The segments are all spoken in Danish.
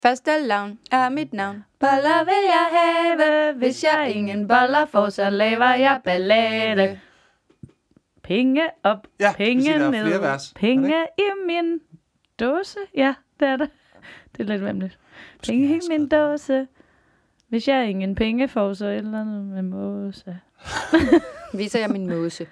Fastelavn er mit navn. Boller vil jeg have. Hvis jeg ingen boller får, så laver jeg ballade. Penge op, Ja, penge ned, vers. penge i min dåse. Ja, det er det. Det er lidt vemmeligt. Penge i min dåse. Hvis jeg ingen penge får, så et eller andet med måse. Viser jeg min måse.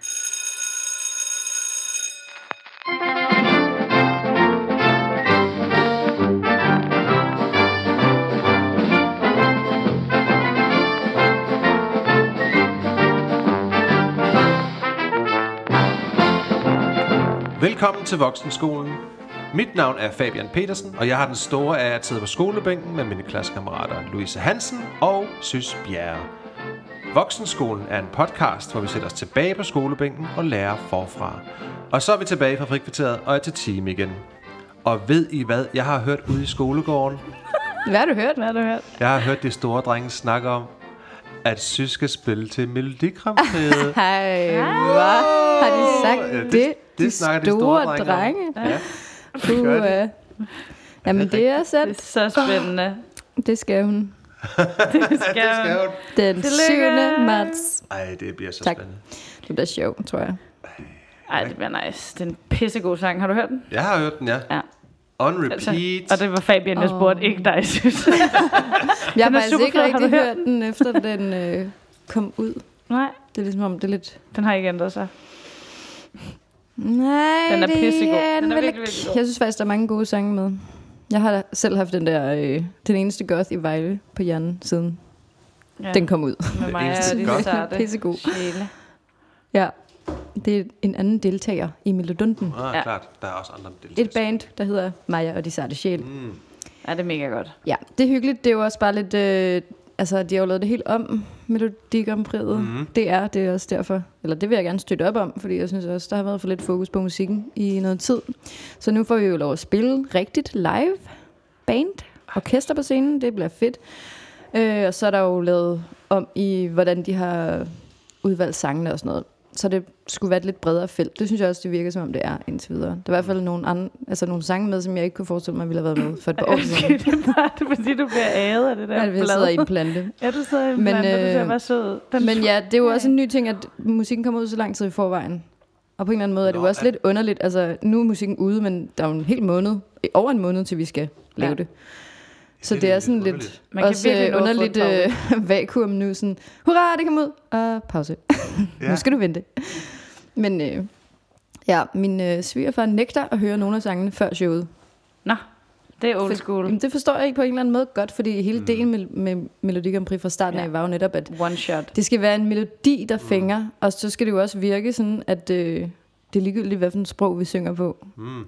Velkommen til Voksenskolen. Mit navn er Fabian Petersen, og jeg har den store ære at sidde på skolebænken med mine klassekammerater Louise Hansen og Søs Bjerre. Voksenskolen er en podcast, hvor vi sætter os tilbage på skolebænken og lærer forfra. Og så er vi tilbage fra frikvarteret og er til time igen. Og ved I hvad, jeg har hørt ude i skolegården? Hvad har du hørt? Jeg har hørt de store drenge snakke om, at Søs skal spille til Melodi Grand Prix. Hej, hvad har de sagt? Ja, det de snakker store de store drenge. Ja. Jamen det er Det sandt. er så spændende. Det skal hun. Det skal hun. Den 7. Tillykke. marts. Ej, det bliver så Tak. spændende. Det bliver sjovt, tror jeg. Ej, det bliver nice. Det er en pissegod sang. Har du hørt den? Jeg har hørt den, ja. Ja. On repeat. Og det var Fabian, jeg spurgte, ikke dig, synes. Jeg har Den er faktisk super ikke fed. Har rigtig du hørt hørt den, efter den kom ud. Nej, Det er ligesom om, det er lidt... den har ikke ændret sig. Nej, Den er det pissegod. er Den er vel virkelig, ikke. virkelig god. Jeg synes faktisk, der er mange gode sange med. Jeg har selv haft den der, den eneste goth i Vejle på hjernen, siden Ja. den kom ud. Med mig eneste og de godt. sarte Pissegod. sjæle. Ja, det er en anden deltager i Melodunden. Ja. Klart. Der er også andre deltagere. Et band, der hedder Maja og de Sarte Sjæl. Ja, det er mega godt. Ja, det er hyggeligt. Det er jo også bare lidt... altså, de har jo lavet det helt om, Melodi Grand Prix'et. Det er også derfor. Eller det vil jeg gerne støtte op om, fordi jeg synes også, der har været for lidt fokus på musikken i noget tid. Så nu får vi jo lov at spille rigtigt live. Band, orkester på scenen, det bliver fedt. Og så er der jo lavet om i, hvordan de har udvalgt sangene og sådan noget. Så det skulle være et lidt bredere felt. Det synes jeg også, det virker som om det er indtil videre. Der er i hvert fald nogle sange med, som jeg ikke kunne forestille mig, ville have været med for et par år siden. Det er bare det, er fordi du bliver æget af det der Ja, jeg sidder i en plante. Ja, du sidder i en Men, plante, du ser bare sød. Men ja, det er jo også en ny ting, at musikken kommer ud så lang tid i forvejen. Og på en eller anden måde er det jo også lidt underligt. Altså, nu er musikken ude, men der er jo en hel måned, over en måned, til vi skal lave det. Så det er sådan lidt Man kan virkelig nå at få underligt vakuum nu. Sådan, hurra, det kom ud. Og pause. Nu skal du vente. Men ja, min svigerfar nægter at høre nogle af sangene før showet. Nå, det er old school. Jamen, det forstår jeg ikke på en eller anden måde godt, fordi hele delen med Melodi Grand Prix fra starten af var jo netop, at One shot. det skal være en melodi, der fænger, og så skal det jo også virke sådan, at det er ligegyldigt, hvad for et sprog vi synger på.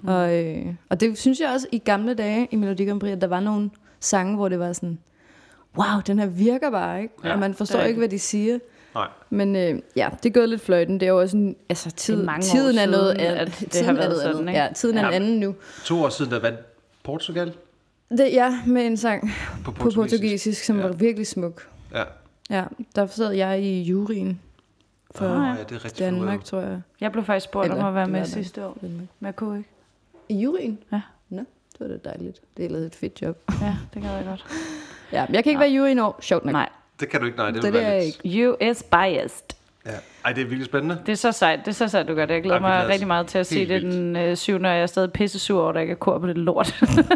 Og det synes jeg også i gamle dage i Melodi Grand Prix, at der var nogle sange, hvor det var sådan, wow, den her virker bare, ikke? Ja, og man forstår ikke, hvad de siger. Nej. Men ja, det er gået lidt fløjten. Det er jo også en, altså tiden er noget andet. det har været sådan, ikke? Ja, tiden er en anden nu. 2 år siden, der vandt Portugal Ja, med en sang på på portugisisk, som var virkelig smuk. Ja. Ja, der sad jeg i juryen for Ja, det er rigtig Danmark, tror jeg. Jeg blev faktisk spurgt om at være det med var der. sidste år. Men jeg kunne ikke. I juryen? Ja. Nå, det var da dejligt. Det er lavet et fedt job. Ja, det gad jeg godt. Ja, men jeg kan ikke være i juryen i år. Sjovt nok. Nej, Det kan du ikke, nej. Det Det vil er være jeg lidt... ikke. you is biased. Ja. Ej, det er virkelig spændende. Det er så sejt, du gør det. Jeg glæder Ej, vi mig glæder os rigtig meget til at se helt det den 7. Og jeg er stadig pisse sur over, at der ikke er kor på det lort.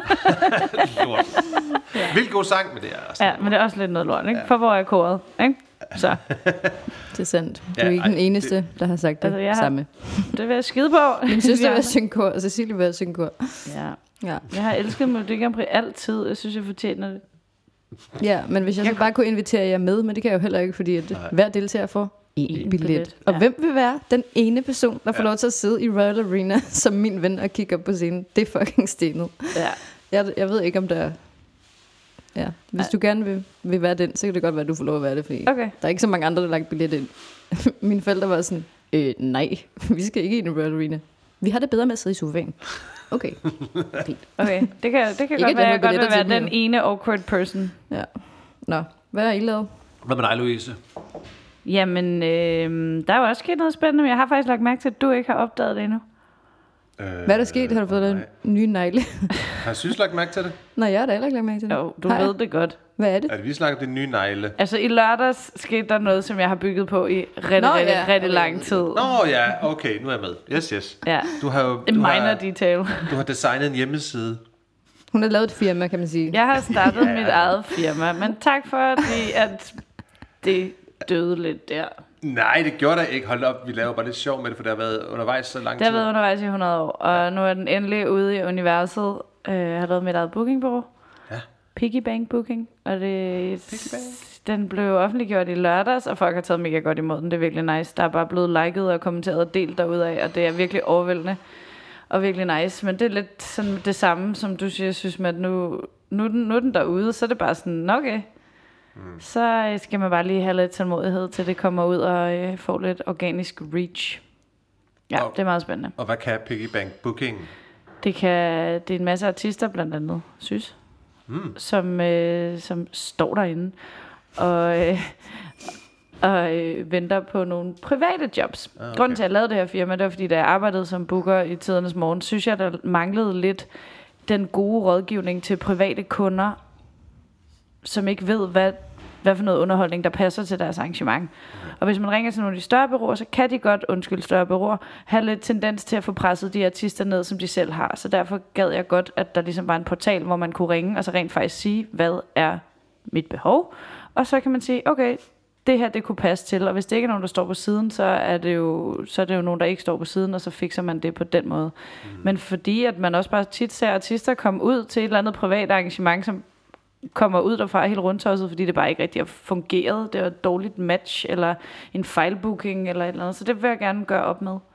Lort. Vildt god sang, men det er også... Ja, men det er også lidt noget lort, ikke? For hvor er koret, ikke? Så Det er sandt. Du er Ja, ikke ej, den eneste, der har sagt det Altså, jeg har- samme. det vil jeg skide på. Min søster vil synge kor, og Cecilie vil synge kor. Ja. Ja. Jeg har elsket Melodi Grand Prix altid. Jeg synes, jeg fortjener det. Ja, men hvis jeg så bare kunne invitere jer med, men det kan jeg jo heller ikke, fordi at hver deltager får en billet. Og Ja. hvem vil være den ene person, der får lov til at sidde i Royal Arena som min ven og kigge op på scenen? Det er fucking stenet. Ja. Jeg ved ikke, om der... Ja, hvis du gerne vil være den, så kan det godt være, at du får lov at være det, fordi Okay. der er ikke så mange andre, der har lagt billet ind. Mine forældre var sådan, nej, vi skal ikke ind i Royal Arena. Vi har det bedre med at sidde i sofaen. Okay, fint. Okay, det kan Ikke, godt at være, jeg jeg godt vil vil være billetter til den ene awkward person. Ja. Nå, hvad har I lavet? Hvad med dig, Louise? Jamen, der er jo også sket noget spændende, men jeg har faktisk lagt mærke til, at du ikke har opdaget det endnu. Hvad er der sket? Har du fået den nye negle? Har Sys lagt mærke til det? Nej, jeg har da heller ikke lagt mærke til det. Jo, du ved det godt. Hvad er det? Er det vi snakker om de nye negle? Altså i lørdags skete der noget, som jeg har bygget på i rigtig lang tid. Nå ja, okay, nu er jeg med. Yes. Ja. Du har jo En minor detail. Du har designet en hjemmeside. Hun har lavet et firma, kan man sige. Jeg har startet mit eget firma, men tak for, at det døde lidt der. Nej, det gjorde der ikke. Hold op, vi laver bare lidt sjov med det, for det har været undervejs så lang tid. Det har været undervejs i 100 år, og nu er den endelig ude i universet. Jeg har lavet mit eget bookingbureau. Ja. Piggy Bank Booking. Og den blev offentliggjort i lørdags, og folk har taget mega godt imod den. Det er virkelig nice. Der er bare blevet liket og kommenteret og delt derudaf, og det er virkelig overvældende og virkelig nice. Men det er lidt sådan det samme, som du siger, synes med, at nu er den derude, så er det bare sådan, okay. Så skal man bare lige have lidt tålmodighed, til det kommer ud og får lidt organisk reach. Ja, det er meget spændende. Og hvad kan Piggy Bank Booking? Det er en masse artister, blandt andet, synes, som står derinde og venter på nogle private jobs. Okay. Grunden til, at jeg lavede det her firma, det var, fordi da jeg arbejdede som booker i tidernes morgen, synes jeg, der manglede lidt den gode rådgivning til private kunder, som ikke ved, hvad for noget underholdning, der passer til deres arrangement. Og hvis man ringer til nogle af de større bureauer, så kan de godt, større bureauer, have lidt tendens til at få presset de artister ned, som de selv har. Så derfor gad jeg godt, at der ligesom var en portal, hvor man kunne ringe, og så rent faktisk sige, hvad er mit behov? Og så kan man sige, okay, det her, det kunne passe til. Og hvis det ikke er nogen, der står på siden, så er det jo nogen, der ikke står på siden, og så fikser man det på den måde. Men fordi, at man også bare tit ser artister komme ud til et eller andet privat arrangement, som kommer ud derfra helt rundtosset, fordi det bare ikke rigtig har fungeret. Det var et dårligt match, eller en fejlbooking, eller et eller andet. Så det vil jeg gerne gøre op med.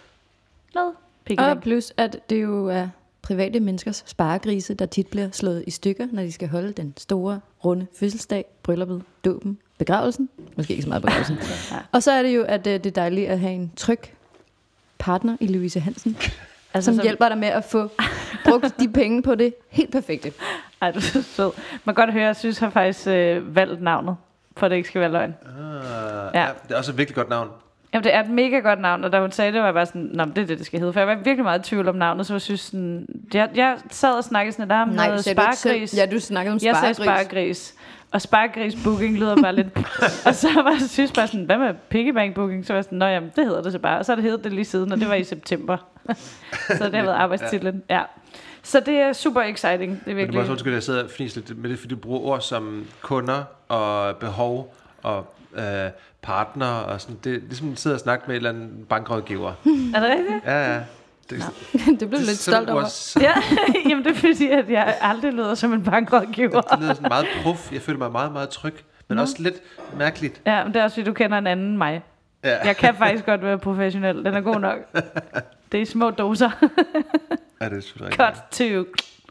Og plus, at det jo er private menneskers sparegrise, der tit bliver slået i stykker, når de skal holde den store, runde fødselsdag, brylluppet, dåben, begravelsen. Måske ikke så meget begravelsen. Og så er det jo, at det er dejligt at have en tryg partner i Louise Hansen, som hjælper dig med at få brugt de penge på det helt perfekte. Ej, du er så sød. Man kan godt høre, at jeg synes, har faktisk valgt navnet, for at det ikke skal være løgn. Ja, det er også et virkelig godt navn. Jamen, det er et mega godt navn, og da hun sagde det, var jeg bare sådan, nå, det er det skal hedde. For jeg var virkelig meget i tvivl om navnet, så jeg synes sådan, jeg sad og snakkede sådan, der om noget sparegris. Ja, du snakkede om sparegris. Jeg sagde sparegris. Og sparegris booking lyder bare lidt. Og så var jeg synes bare sådan, hvad med Piggy Bank Booking? Så var jeg sådan, nå jamen, det hedder det så bare. Og så har det heddet det lige siden, og det var i september. Så det har været arbejdstitlen. Ja. Så det er super exciting. Det er virkelig. Men du må også jeg sidder og fniser lidt med det, fordi du bruger ord som kunder og behov og partner og sådan. Det er ligesom at sidde og snakke med en eller anden bankrådgiver. Er det rigtigt? Ja. Det blev lidt stolt over. Ja, jamen det er fordi, at jeg aldrig lyder som en bankrådgiver. Det lyder sådan meget prof. Jeg føler mig meget, meget tryg, men også lidt mærkeligt. Ja, men det er også fordi, du kender en anden mig. Ja. Jeg kan faktisk godt være professionel. Den er god nok. Det er små doser. Ja, det er selvfølgelig Cut to.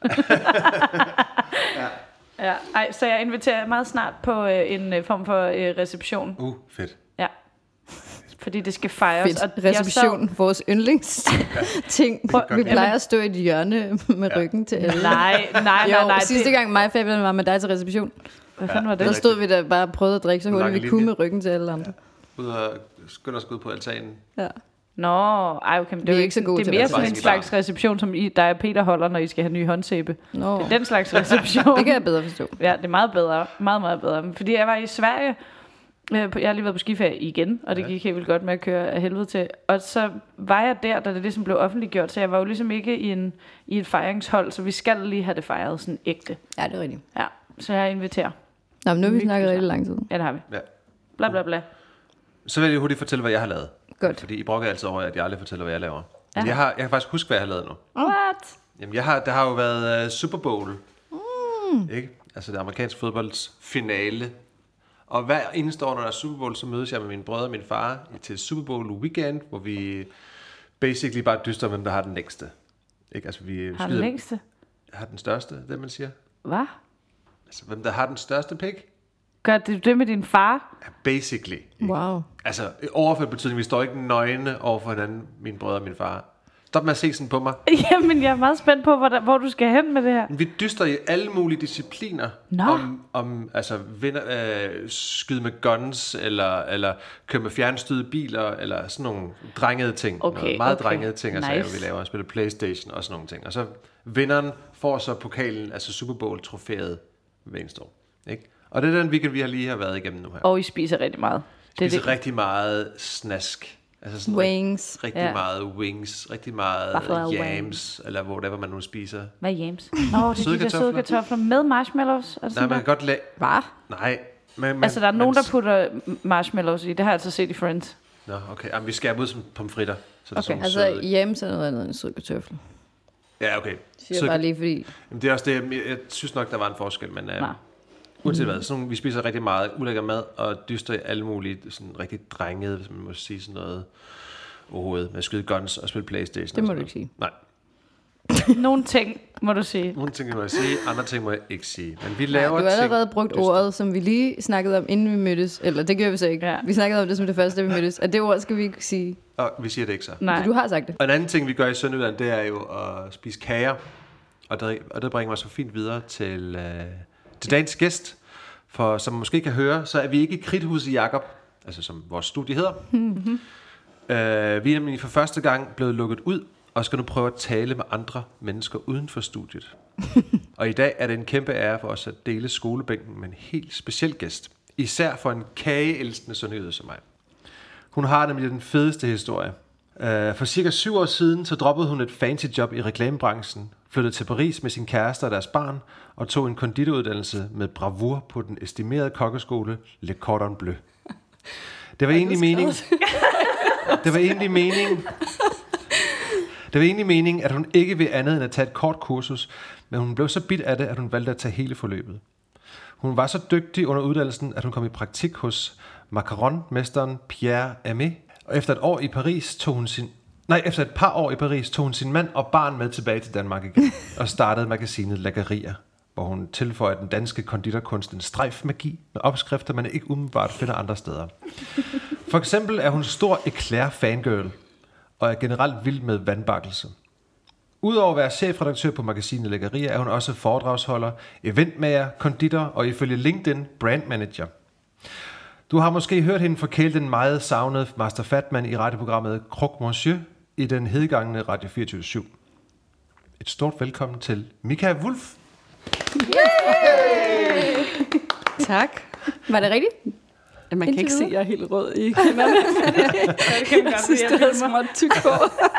Ja. Ej, så jeg inviterer meget snart på en form for reception. Fedt. Ja. Fordi det skal fejres. Fedt. Reception, vores yndlingsting. Vi plejer at stå i et hjørne med ryggen til alle. Nej. Sidste gang mig og Fabian var med dig til reception. Hvad fanden var det? Der stod vi der bare og prøvede at drikke så hurtigt vi kunne med ryggen til alle andre. Ud og skynder os ud på altanen. Ja. Nå, okay, det er jo ikke så gode det er mere sådan en slags reception, som dig og Peter holder, når I skal have nye håndsæbe. Nå. Det er den slags reception. Det kan jeg bedre forstå. Ja, det er meget bedre. Meget, meget bedre. Fordi jeg var i Sverige. Jeg har lige været på skiferie igen, og det gik helt vildt godt med at køre af helvede til. Og så var jeg der, da det ligesom blev offentliggjort, så jeg var jo ligesom ikke i et fejringshold, så vi skal lige have det fejret sådan ægte. Ja, det er rigtigt. Ja, så jeg inviterer. Nå, men nu har vi snakket rigtig lang tid. Ja, det har vi. Ja. Bla bla bla. Så vil jeg hurtigt fortælle, hvad jeg har lavet. Godt. Fordi I brokker altid over, at jeg aldrig fortæller, hvad jeg laver. Ja. Jeg kan faktisk huske, hvad jeg har lavet nu. What? Jamen, der har jo været Super Bowl. Ikke? Altså det amerikanske fodbolds finale. Og hver eneste år, når der er Super Bowl, så mødes jeg med mine brødre og min far til Super Bowl weekend, hvor vi basically bare dyster, hvem der har den længste. Ikke? Altså, vi har den længste? Har den største, det man siger. Hvad? Altså, hvem der har den største pik? Gør det med din far? Ja, basically. Wow. Altså, overført betydning, vi står ikke nøgne over for hinanden, mine brødre og min far. Stop med at se sådan på mig. Jamen, jeg er meget spændt på, hvor du skal hen med det her. Vi dyster i alle mulige discipliner. Nå. Om altså, skyde med guns, eller køre med fjernstyrede biler, eller sådan nogle drengede ting. Okay, meget drengede ting, nice. altså, vi laver. Spille PlayStation og sådan nogle ting. Og så vinderen får så pokalen, altså Super Bowl-trofæet hver eneste år. Ikke? Og det er den weekend, vi lige har været igennem nu her. Og I spiser rigtig meget. Spiser rigtig meget snask. Altså sådan Wings. Rigtig meget wings, rigtig meget yams, eller whatever man nu spiser. Hvad er yams? Nå, det er de der søde kartofler med marshmallows. Nej, man kan godt lade... Hvad? Nej. Altså, der er nogen, der putter marshmallows i. Det har jeg altså set i Friends. Nå, okay. Jamen, vi skærer ud som pomfritter. Så okay. Altså, yams er noget andet end sød kartoffel. Ja, okay. Siger bare lige, fordi... Jamen, det er også det, jeg synes nok, der var en forskel, men... Uanset hvad, sådan, vi spiser rigtig meget ulækker mad, og dyster i alle mulige, sådan rigtig drengede, hvis man må sige sådan noget overhovedet, med at skyde guns og spille PlayStation. Det må du ikke sige. Nej. Nogle ting må du sige. Nogle ting må jeg sige, andre ting må jeg ikke sige. Men vi laver du har allerede brugt ordet, som vi lige snakkede om, inden vi mødtes. Eller det gør vi så ikke. Ja. Vi snakkede om det som det første, da vi mødtes. Og det ord skal vi ikke sige. Og vi siger det ikke så. Nej. Du har sagt det. Og en anden ting, vi gør i Sønderjylland, det er jo at spise kager. Og det bringer mig så fint videre til dagens gæst. For som man måske kan høre, så er vi ikke i Kridthuset Jakob, altså som vores studie hedder. Vi er nemlig for første gang blevet lukket ud, og skal nu prøve at tale med andre mennesker uden for studiet. Og i dag er det en kæmpe ære for os at dele skolebænken med en helt speciel gæst. Især for en kageelskende sønderjyde som mig. Hun har nemlig den fedeste historie. For cirka 7 år siden, så droppede hun et fancy job i reklamebranchen, flyttede til Paris med sin kæreste og deres barn, og tog en konditoruddannelse med bravur på den estimerede kokkeskole Le Cordon Bleu. Det var egentlig meningen, at hun ikke ville andet end at tage et kort kursus, men hun blev så bidt af det, at hun valgte at tage hele forløbet. Hun var så dygtig under uddannelsen, at hun kom i praktik hos macaronmesteren Pierre Hermé, og efter et par år i Paris tog hun sin mand og barn med tilbage til Danmark igen, og startede magasinet Lækkerier, hvor hun tilføjer den danske konditorkunst en strejf magi med opskrifter, man ikke umiddelbart finder andre steder. For eksempel er hun stor eclair-fangirl, og er generelt vild med vandbakkelse. Udover at være chefredaktør på magasinet Lækkerier, er hun også foredragsholder, eventmager, konditor og ifølge LinkedIn brandmanager. Du har måske hørt hende forkæle den meget savnede Master Fatman i radioprogrammet Croque Monsieur i den hedgangende Radio 24/7. Et stort velkommen til Mika Wulff. Tak. Var det rigtigt? Man kan ikke se, at jeg er helt rød i kinderne. Jeg synes, det er småt tyk på.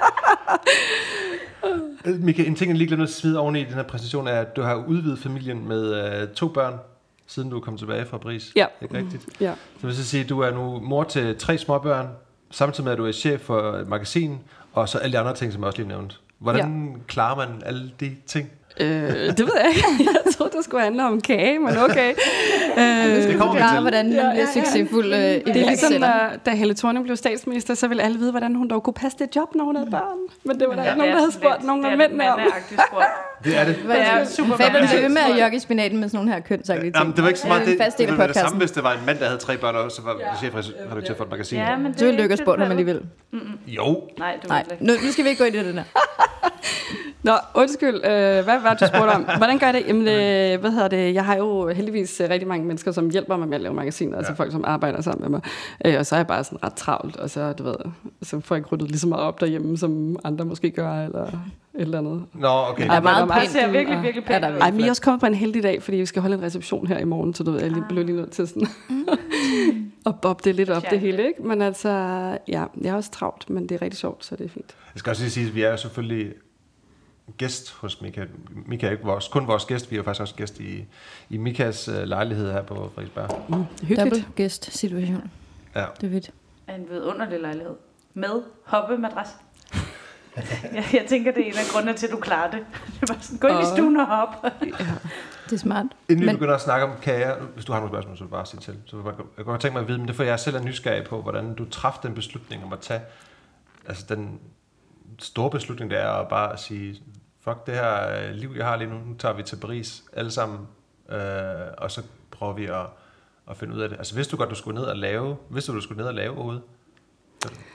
Mika, en ting, jeg lige glemte at smide oven i den her præsentation, er, at du har udvidet familien med 2 børn, siden du kom tilbage fra Paris. Ja. Ikke rigtigt? Ja. Så vil jeg sige, at du er nu mor til 3 småbørn, samtidig med, at du er chef for et magasin, og så alle de andre ting, som jeg også lige nævnte. Hvordan klarer man alle de ting? Det ved jeg ikke. Jeg troede, det skulle handle om kage, men okay. Det kommer vi til. Hvordan man bliver succesfuld. Det er ligesom, da Helle Thorning blev statsminister, så ville alle vide, hvordan hun dog kunne passe det job, når hun havde børn. Men det var der ikke nogen, der havde spurgt nogen af mændene om. Det er det. Det er super Fanden blev ved med at jogge i spinaten med sådan nogle her kønsagtige ting. Det var ikke så meget det. Det ville være det samme, hvis det var en mand, der havde 3 børn, og så var chefredaktør for et magasin. Ja, men det ville du ikke have spurgt ham alligevel. Jo. Nej, nu skal vi ikke gå ind i det der. Nå, undskyld. Hvad var det, du spurgte om? Hvordan gør jeg det? Jamen, jeg har jo heldigvis rigtig mange mennesker, som hjælper mig med at lave magasiner, altså folk, som arbejder sammen med mig. Og så er jeg bare sådan ret travlt, og så, så får jeg ryddet lige så meget op derhjemme, som andre måske gør, eller et eller andet. Nå, okay. Det er meget pænt. Det ser virkelig pænt. Ej, men jeg er også kommet på en heldig dag, fordi vi skal holde en reception her i morgen, så jeg blev lige nødt til sådan at bobbe det lidt op, det hele, ikke? Men altså, ja, jeg er også travlt, men det er rigtig sjovt, så det er fint. Jeg skal også lige sige, at vi er jo selvfølgelig gæst hos Mika. Mika er ikke kun vores gæst, vi er jo faktisk også gæst i Mikas lejlighed her på Frederiksberg. Hyggeligt. Double guest situation. Ja. Det er vidt. En vidunderlig lejlighed. Med hoppemadras. Jeg tænker, det er en af grundene til, at du klarer det. Det var sådan, gå ind i stuen og hoppe. Ja, det er smart. Inden vi begynder at snakke om kager, hvis du har nogle spørgsmål, så vil du bare sige til. Så jeg kan godt tænke mig at vide, men det får jeg selv er nysgerrig på, hvordan du træffede den beslutning om at tage, altså den store beslutning, det er at bare sige, fuck det her liv, jeg har lige nu, nu tager vi til Paris alle sammen, og så prøver vi at finde ud af det. Altså vidste du godt, du skulle ned og lave overhovedet?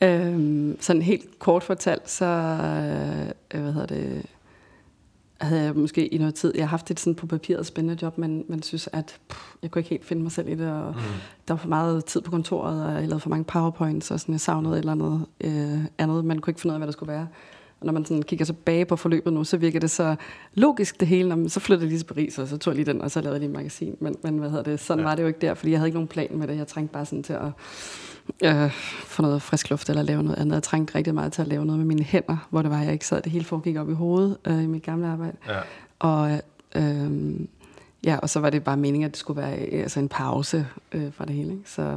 Sådan helt kort fortalt, så havde jeg måske i noget tid, jeg har haft et sådan på papiret spændende job, men man synes, at jeg kunne ikke helt finde mig selv i det, og der var for meget tid på kontoret, og jeg lavede for mange powerpoints, og sådan, jeg savnede et eller andet andet, man kunne ikke finde ud af, hvad der skulle være. Og når man sådan kigger tilbage på forløbet nu, så virker det så logisk det hele. Så flyttede jeg lige til Paris, og så tog jeg lige den, og så lavede jeg lige et magasin. Men sådan var det jo ikke der, fordi jeg havde ikke nogen plan med det. Jeg trængte bare sådan til at få noget frisk luft eller lave noget andet. Jeg trængte rigtig meget til at lave noget med mine hænder, hvor det var, jeg ikke sad. Det hele foregik op i hovedet i mit gamle arbejde. Ja. Og så var det bare meningen, at det skulle være en pause fra det hele. Ikke? Så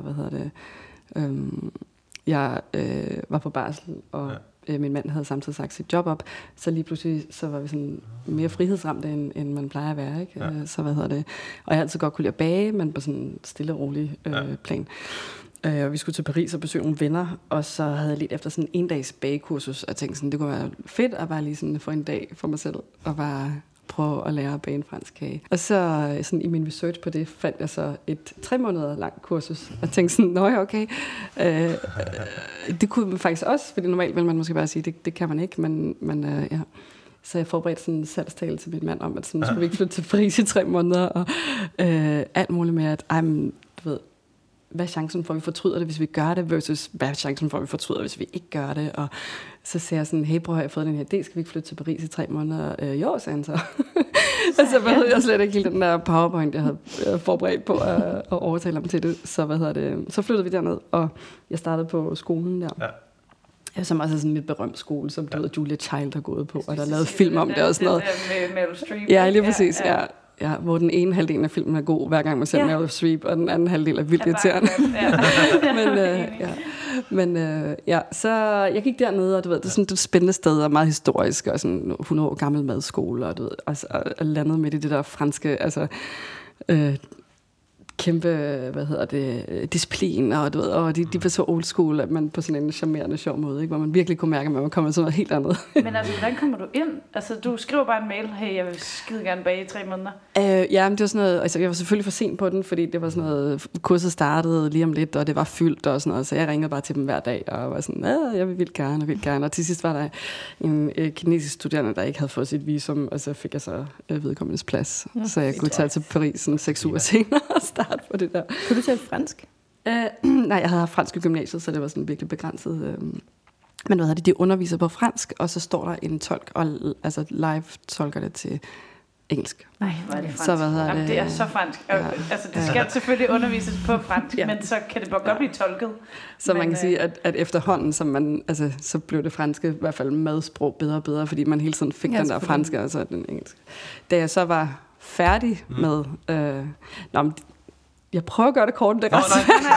jeg var på barsel, og min mand havde samtidig sagt sit job op, så lige pludselig så var vi sådan mere frihedsramte, end man plejer at være. Ikke? Ja. Og jeg har altid godt kunne lide at bage, men på sådan en stille og rolig plan. Og vi skulle til Paris og besøge nogle venner, og så havde jeg lidt efter sådan en dags bagekursus, og jeg tænkte sådan, det kunne være fedt at bare lige sådan få en dag for mig selv, og bare prøve at lære at bage en fransk kage. Og så sådan, i min research på det, fandt jeg så et 3 måneder langt kursus, og tænkte sådan, nå ja, okay. Det kunne man faktisk også, fordi normalt vil man måske bare sige, det kan man ikke, men ja. Så jeg forberedte sådan en salgstale til min mand om, at sådan, skulle vi ikke flytte til Paris i 3 måneder, og alt muligt med, at du ved, hvad er chancen for, at vi fortryder det, hvis vi gør det, versus hvad er chancen for, at vi fortryder, hvis vi ikke gør det. Og så siger jeg sådan, hey bror, jeg har fået den her idé, skal vi ikke flytte til Paris i 3 måneder? Jo, sagde han så. Og så behøvede jeg slet ikke hele den der PowerPoint, jeg havde forberedt på at overtale ham til det. Så flyttede vi derned, og jeg startede på skolen der. Ja. Som også er sådan en lidt berømt skole, som du ved, Julia Child har gået på, og der er lavet film om det og sådan noget. Med Meryl Streep. Ja, lige præcis, ja. Ja, hvor den ene halvdel af filmen er god, hver gang man ser Meryl Streep, og den anden halvdel er vildt irriterende. Så jeg gik dernede, og du ved, det er sådan et spændende sted, og meget historisk, og sådan 100 år gammel madskole, og du ved, og landet midt i det der franske, altså kæmpe, disciplin, og du ved, og de var så old school, at man på sådan en charmerende, sjov måde, ikke, hvor man virkelig kunne mærke, at man var kommet til noget helt andet. Men altså, hvordan kommer du ind? Altså, du skriver bare en mail, hey, jeg vil skide gerne bage i 3 måneder. Ja, men det var sådan noget, altså jeg var selvfølgelig for sent på den, fordi det var sådan noget, kurset startede lige om lidt, og det var fyldt og sådan noget, så jeg ringede bare til dem hver dag, og var sådan, jeg vil gerne, og til sidst var der en kinesisk studerende, der ikke havde fået sit visum, og så fik jeg så vedkommendes plads, så jeg kunne tage til Paris 6 uger senere og starte på det der. Kunne du tale fransk? Nej, jeg havde haft fransk i gymnasiet, så det var sådan virkelig begrænset. Men de underviser på fransk, og så står der en tolk, og altså live tolker det til engelsk. Nej, hvor er det fransk. Jamen, det er så fransk. Ja. Altså, det skal selvfølgelig undervises på fransk, men så kan det godt blive tolket. Så man kan sige, at efterhånden, så blev det franske, i hvert fald madsprog, bedre og bedre, fordi man hele tiden fik den der franske, og så den engelske. Da jeg så var færdig med... jeg prøver at gøre det kort, det er ret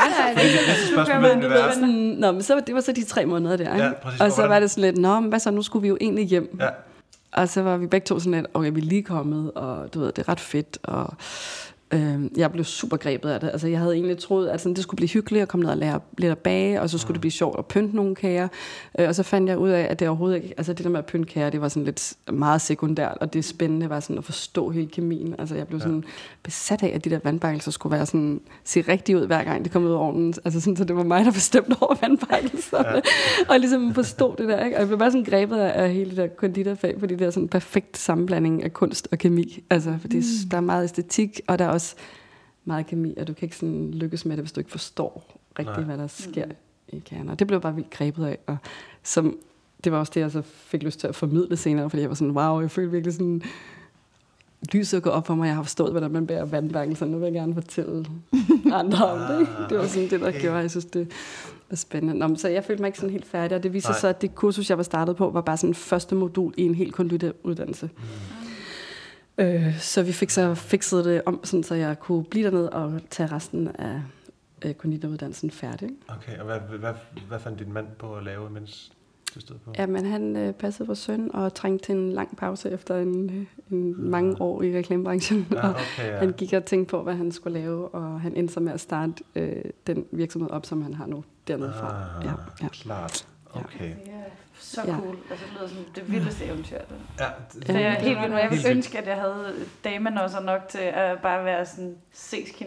svært. Det var så de 3 måneder der, ikke? Ja, og så var det sådan lidt, hvad så, nu skulle vi jo egentlig hjem. Ja. Og så var vi begge to sådan lidt, okay, vi er lige kommet, og du ved, det er ret fedt, og jeg blev super grebet af det. Altså, jeg havde egentlig troet, at sådan, det skulle blive hyggeligt at komme ned og lære lidt at bage, og så skulle det blive sjovt at pynte nogle kager. Og så fandt jeg ud af, at det overhovedet ikke, altså det der med at pynte kager, det var sådan lidt meget sekundært, og det spændende var sådan at forstå hele kemien. Altså, jeg blev sådan besat af, at de der vandbakkelser skulle være sådan, se rigtig ud hver gang det kom ud af ovnen. Altså sådan, så det var mig, der bestemte over vandbakkelserne. Og ligesom forstod det der, ikke? Og jeg blev bare sådan grebet af hele det der konditorfag, fordi det er sådan en perfekt sammenblanding af kunst og kemi. Altså, fordi der er meget æstetik, og der er også meget kemi, og du kan ikke sådan lykkes med det, hvis du ikke forstår rigtigt, hvad der sker i kagerne. Og det blev bare vildt grebet af, og det var også det, jeg så fik lyst til at formidle senere, fordi jeg var sådan, wow, jeg følte virkelig sådan, lyset gå op for mig, jeg har forstået, hvordan man bærer vandbakkelse, så nu vil jeg gerne fortælle andre om det. Ikke? Det var sådan det, der gjorde, jeg synes, det var spændende. Så jeg følte mig ikke sådan helt færdig, og det viser sig, at det kursus, jeg var startet på, var bare sådan første modul i en helt konditoruddannelse. Så vi fik så fikset det om, sådan, så jeg kunne blive dernede og tage resten af konditoruddannelsen færdig. Okay, og hvad fandt din mand på at lave, mens du stod på? Jamen, han passede vores søn og trængte til en lang pause efter en mange år i reklamebranchen. Han gik og tænkte på, hvad han skulle lave, og han endte så med at starte den virksomhed op, som han har nu dernede fra. Klart. Okay. Ja. Så cool. Altså, det lyder som det vildeste eventyr. Ja, det er helt vildt. Jeg ville ønske, at jeg havde damen også nok til at bare være sådan ses-kines.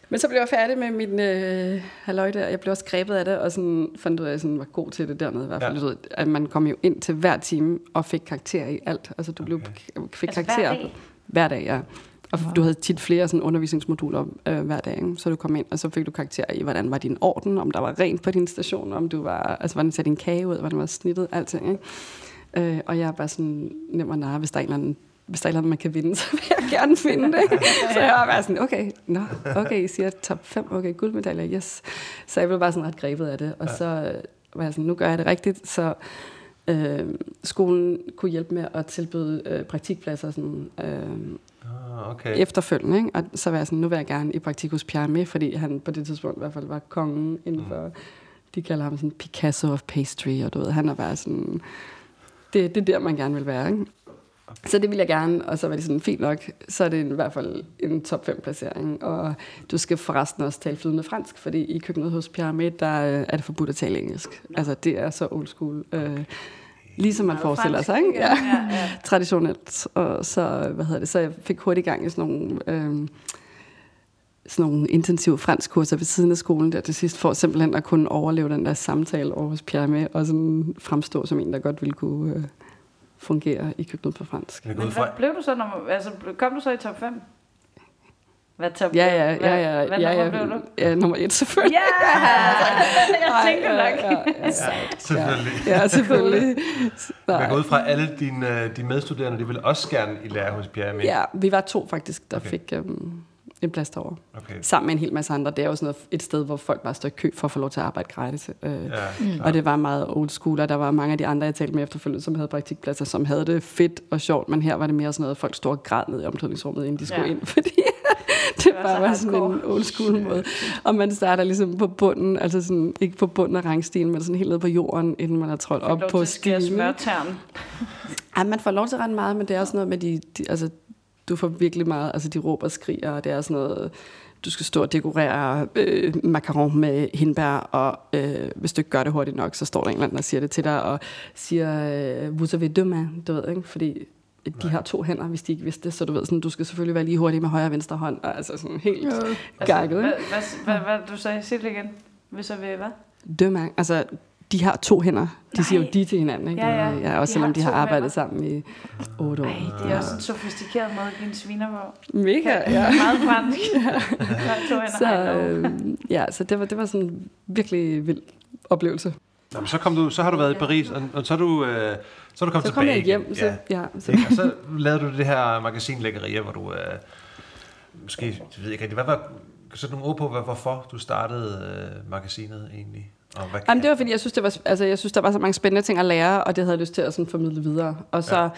Men så blev jeg færdig med min halløj der. Jeg blev også grebet af det, og sådan fandt ud af, at jeg var god til det dernede i hvert fald. Ja. At man kom jo ind til hver time og fik karakter i alt. Altså du fik karakter hver dag, ja. Og du havde tit flere sådan undervisningsmoduler hver dag, ikke? Så du kom ind, og så fik du karakter i, hvordan var din orden, om der var rent på din station, om du var, altså hvordan ser din kage ud, hvordan var snittet, alting, ikke? Og jeg er bare sådan nem og narre, hvis der er en eller anden, man kan vinde, så vil jeg gerne finde det. Så jeg var bare sådan, okay, I siger top 5, okay, guldmedaljer, yes. Så jeg blev bare sådan ret grebet af det, og så var jeg sådan, nu gør jeg det rigtigt, så skolen kunne hjælpe med at tilbyde praktikpladser sådan, efterfølgende, ikke? Og så var jeg sådan, nu vil jeg gerne i praktik hos Pierre med, fordi han på det tidspunkt i hvert fald var kongen inden for, de kalder ham sådan Picasso of pastry, og du ved, han er bare sådan, det er der, man gerne vil være, ikke? Så det ville jeg gerne, og så var det sådan fint nok, så er det i hvert fald en top 5 placering, og du skal forresten også tale flydende fransk, fordi i køkkenet hos Pierre med, der er det forbudt at tale engelsk. Altså det er så old school, ligesom man forestiller sig, ikke? Ja. Traditionelt. Og så, så jeg fik hurtigt gang i sådan nogle intensive franskkurser ved siden af skolen der til sidst, for simpelthen at kunne overleve den der samtale over hos Pierre med, og sådan fremstå som en, der godt ville kunne fungere i køkkenet på fransk. Men hvad blev du så, kom du så i top 5? Hvad top Ja. Hvad nummer blev du? Ja, nummer 1 selvfølgelig. Ja! Jeg tænker nok. Selvfølgelig. Ja, selvfølgelig. Jeg går ud fra, alle de medstuderende, de vil også gerne i lære hos Pierre med. Ja, vi var 2 faktisk, der fik en plads derovre. Okay. Sammen med en hel masse andre. Det er jo sådan noget, et sted, hvor folk bare står i kø for at få lov til at arbejde gratis. Og det var meget old school, og der var mange af de andre, jeg talte med efterfølgende, som havde praktikpladser, som havde det fedt og sjovt, men her var det mere sådan noget, folk stod og græd ned i omklædningsrummet, inden de skulle ind, fordi det bare var sådan en old school måde. Og man starter ligesom på bunden, altså sådan, ikke på bunden af rangstigen, men sådan helt ned på jorden, inden man har trådt op på stigen. Ja, man får lov til ret meget, men det er også noget med altså du får virkelig meget, altså de råber og skriger, og det er sådan noget, du skal stå og dekorere macaron med hindbær, og hvis du ikke gør det hurtigt nok, så står der en eller anden, der siger det til dig, og siger, vous avez deux mains, du ved, ikke? Fordi de har 2 hænder, hvis de ikke vidste det, så du ved, sådan, du skal selvfølgelig være lige hurtig med højre og venstre hånd, og altså sådan helt gakket. Hvad du sagde, sig det igen, hvis jeg vil, hvad? Deux mains, altså de har 2 hænder. De siger jo de til hinanden, ikke? Ja, også selvom de har arbejdet sammen i 8 år. Ej, det er også en sofistikeret måde at give en sviner på. Mega, ja. Meget fransk. Så det var sådan en virkelig vild oplevelse. Nå, men så har du været i Paris, og så er du kommet tilbage. Så kom jeg hjem. Og så lavede du det her magasin Lækkerier, hvor du måske, jeg ved ikke rigtig, hvad var så nogle ord på, hvorfor du startede magasinet egentlig? Jamen, det var fordi, jeg synes, der var så mange spændende ting at lære, og det havde jeg lyst til at sådan formidle videre. Og så,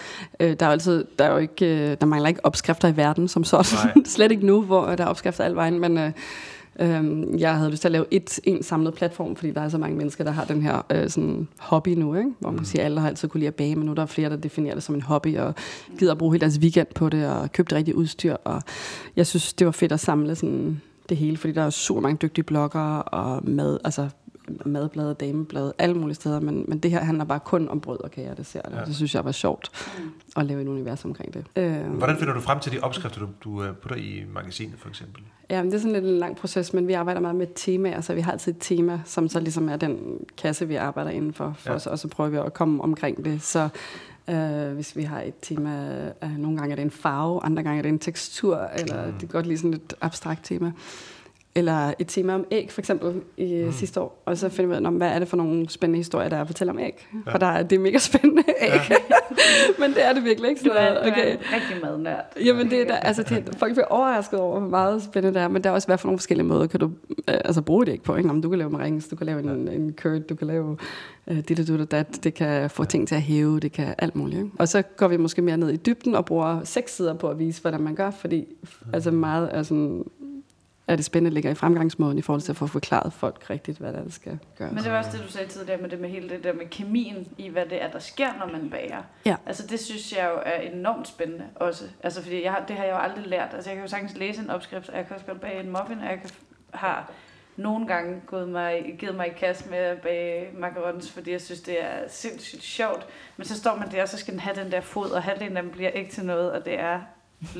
der mangler ikke opskrifter i verden, som sådan. Slet ikke nu, hvor der er opskrifter al vejen, men jeg havde lyst til at lave en samlet platform, fordi der er så mange mennesker, der har den her sådan hobby nu, ikke? Hvor man siger, at alle har altid kunne lide at bage, men nu der er flere, der definerer det som en hobby, og gider at bruge hele deres weekend på det, og købe det rigtige udstyr, og jeg synes, det var fedt at samle sådan det hele, fordi der er super mange dygtige bloggere, og madblade, dameblade, alle mulige steder, men det her handler bare kun om brød og kager, det ser det. Ja. Det synes jeg var sjovt at lave et univers omkring det. Hvordan finder du frem til de opskrifter, du putter i magasinet, for eksempel? Ja, men det er sådan lidt en lang proces, men vi arbejder meget med temaer, så vi har altid et tema, som så ligesom er den kasse, vi arbejder indenfor, og så prøver vi at komme omkring det. Så hvis vi har et tema, nogle gange er det en farve, andre gange er det en tekstur, eller det er godt lige sådan et abstrakt tema. Eller et tema om æg, for eksempel, sidste år. Og så finder vi ud af, hvad er det for nogle spændende historier, der er at fortælle om æg. Ja. For det er mega spændende æg. Ja. Men det er det virkelig ikke. Du er en rigtig madnørd. Jamen, folk bliver overrasket over, hvor meget spændende det er. Men der er også, hvad for nogle forskellige måder kan du bruge det æg på. Ikke? Du kan lave marings, du kan lave en curd, du kan lave dit og dat. Det kan få ting til at hæve, det kan alt muligt. Ikke? Og så går vi måske mere ned i dybden og bruger 6 sider på at vise, hvordan man gør. Fordi meget er sådan... er det spændende ligger i fremgangsmåden i forhold til at få forklaret folk rigtigt, hvad der skal gøres. Men det var også det, du sagde tidligere med det med hele det der med kemien i, hvad det er, der sker, når man bager. Ja. Altså det synes jeg jo er enormt spændende også. Altså fordi det har jeg jo aldrig lært. Altså jeg kan jo sagtens læse en opskrift, og jeg kan også godt bage en muffin, og jeg har nogle gange givet mig i kast med at bage macarons, fordi jeg synes, det er sindssygt sjovt. Men så står man der, og så skal den have den der fod, og halvdelen af den bliver ikke til noget, og det er lidt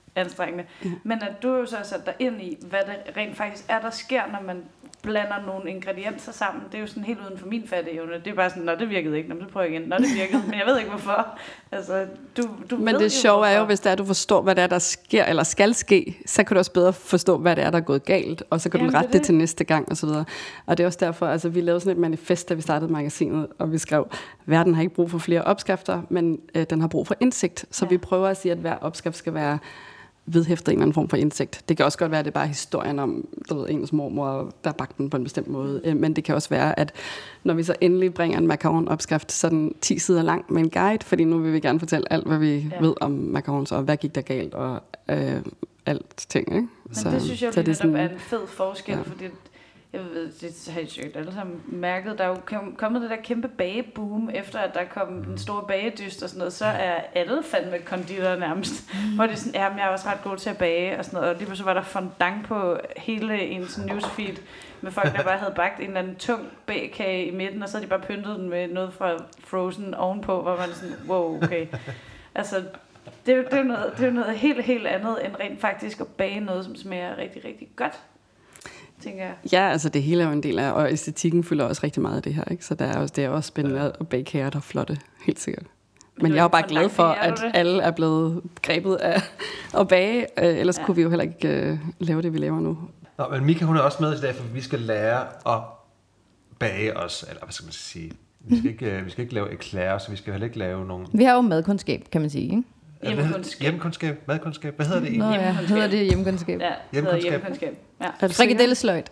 anstrengende. Men at du jo så har sat dig ind i, hvad det rent faktisk er, der sker, når man blander nogle ingredienser sammen. Det er jo sådan helt uden for min fatteevne. Det er bare sådan, det virkede ikke. Så prøver jeg igen. Det virkede, men jeg ved ikke hvorfor. Altså, du men ved det sjove er jo, hvorfor. hvis det er, du forstår, hvad det er, der sker, eller skal ske, så kan du også bedre forstå, hvad det er, der er gået galt, og så kan du rette det til næste gang, og så videre. Og det er også derfor, altså vi lavede sådan et manifest, da vi startede magasinet, og vi skrev, verden har ikke brug for flere opskrifter, men den har brug for indsigt. Så vi prøver at sige, at hver opskrift skal være vedhæftet en eller anden form for indsigt. Det kan også godt være, at det er bare historien om, ens mormor, der bagte den på en bestemt måde. Men det kan også være, at når vi så endelig bringer en macaron-opskrift, så er den 10 sider lang med en guide, fordi nu vil vi gerne fortælle alt, hvad vi ved om macarons, og hvad gik der galt, og alt ting. Ikke? Men så, det synes jeg jo sådan, er en fed forskel, fordi jeg ved, det er helt sygt alle sammen mærket. Der er jo kommet det der kæmpe bageboom, efter at der kom den store bagedyst og sådan noget, så er alle fandme konditorer nærmest. Hvor det er sådan, jeg er også ret god til at bage og sådan noget, og lige pludselig var der fondant på hele ens newsfeed med folk, der bare havde bagt en eller anden tung bagekage i midten, og så havde de bare pyntet den med noget fra Frozen ovenpå, hvor man sådan, wow, okay. Altså, det er jo noget helt andet, end rent faktisk at bage noget, som smager rigtig, rigtig godt. Tænker jeg. Ja, altså det hele er jo en del af, og æstetikken fylder også rigtig meget af det her, ikke? Så det er også spændende at bage kager, der er flotte, helt sikkert. Men jeg er jo bare glad for, at alle er blevet grebet af at bage, ellers kunne vi jo heller ikke lave det, vi laver nu. Nå, men Mika, hun er også med i dag, for vi skal lære at bage os, eller hvad skal man sige? Vi skal ikke lave eclairs, så vi skal heller ikke lave nogen... Vi har jo madkundskab, kan man sige, ikke? Hjemmekundskab, madkundskab. Hvad hedder det egentlig? Nå ja, hedder det hjemmekundskab. Ja, hjemmekundskab. Ja. Frikadellesløjt.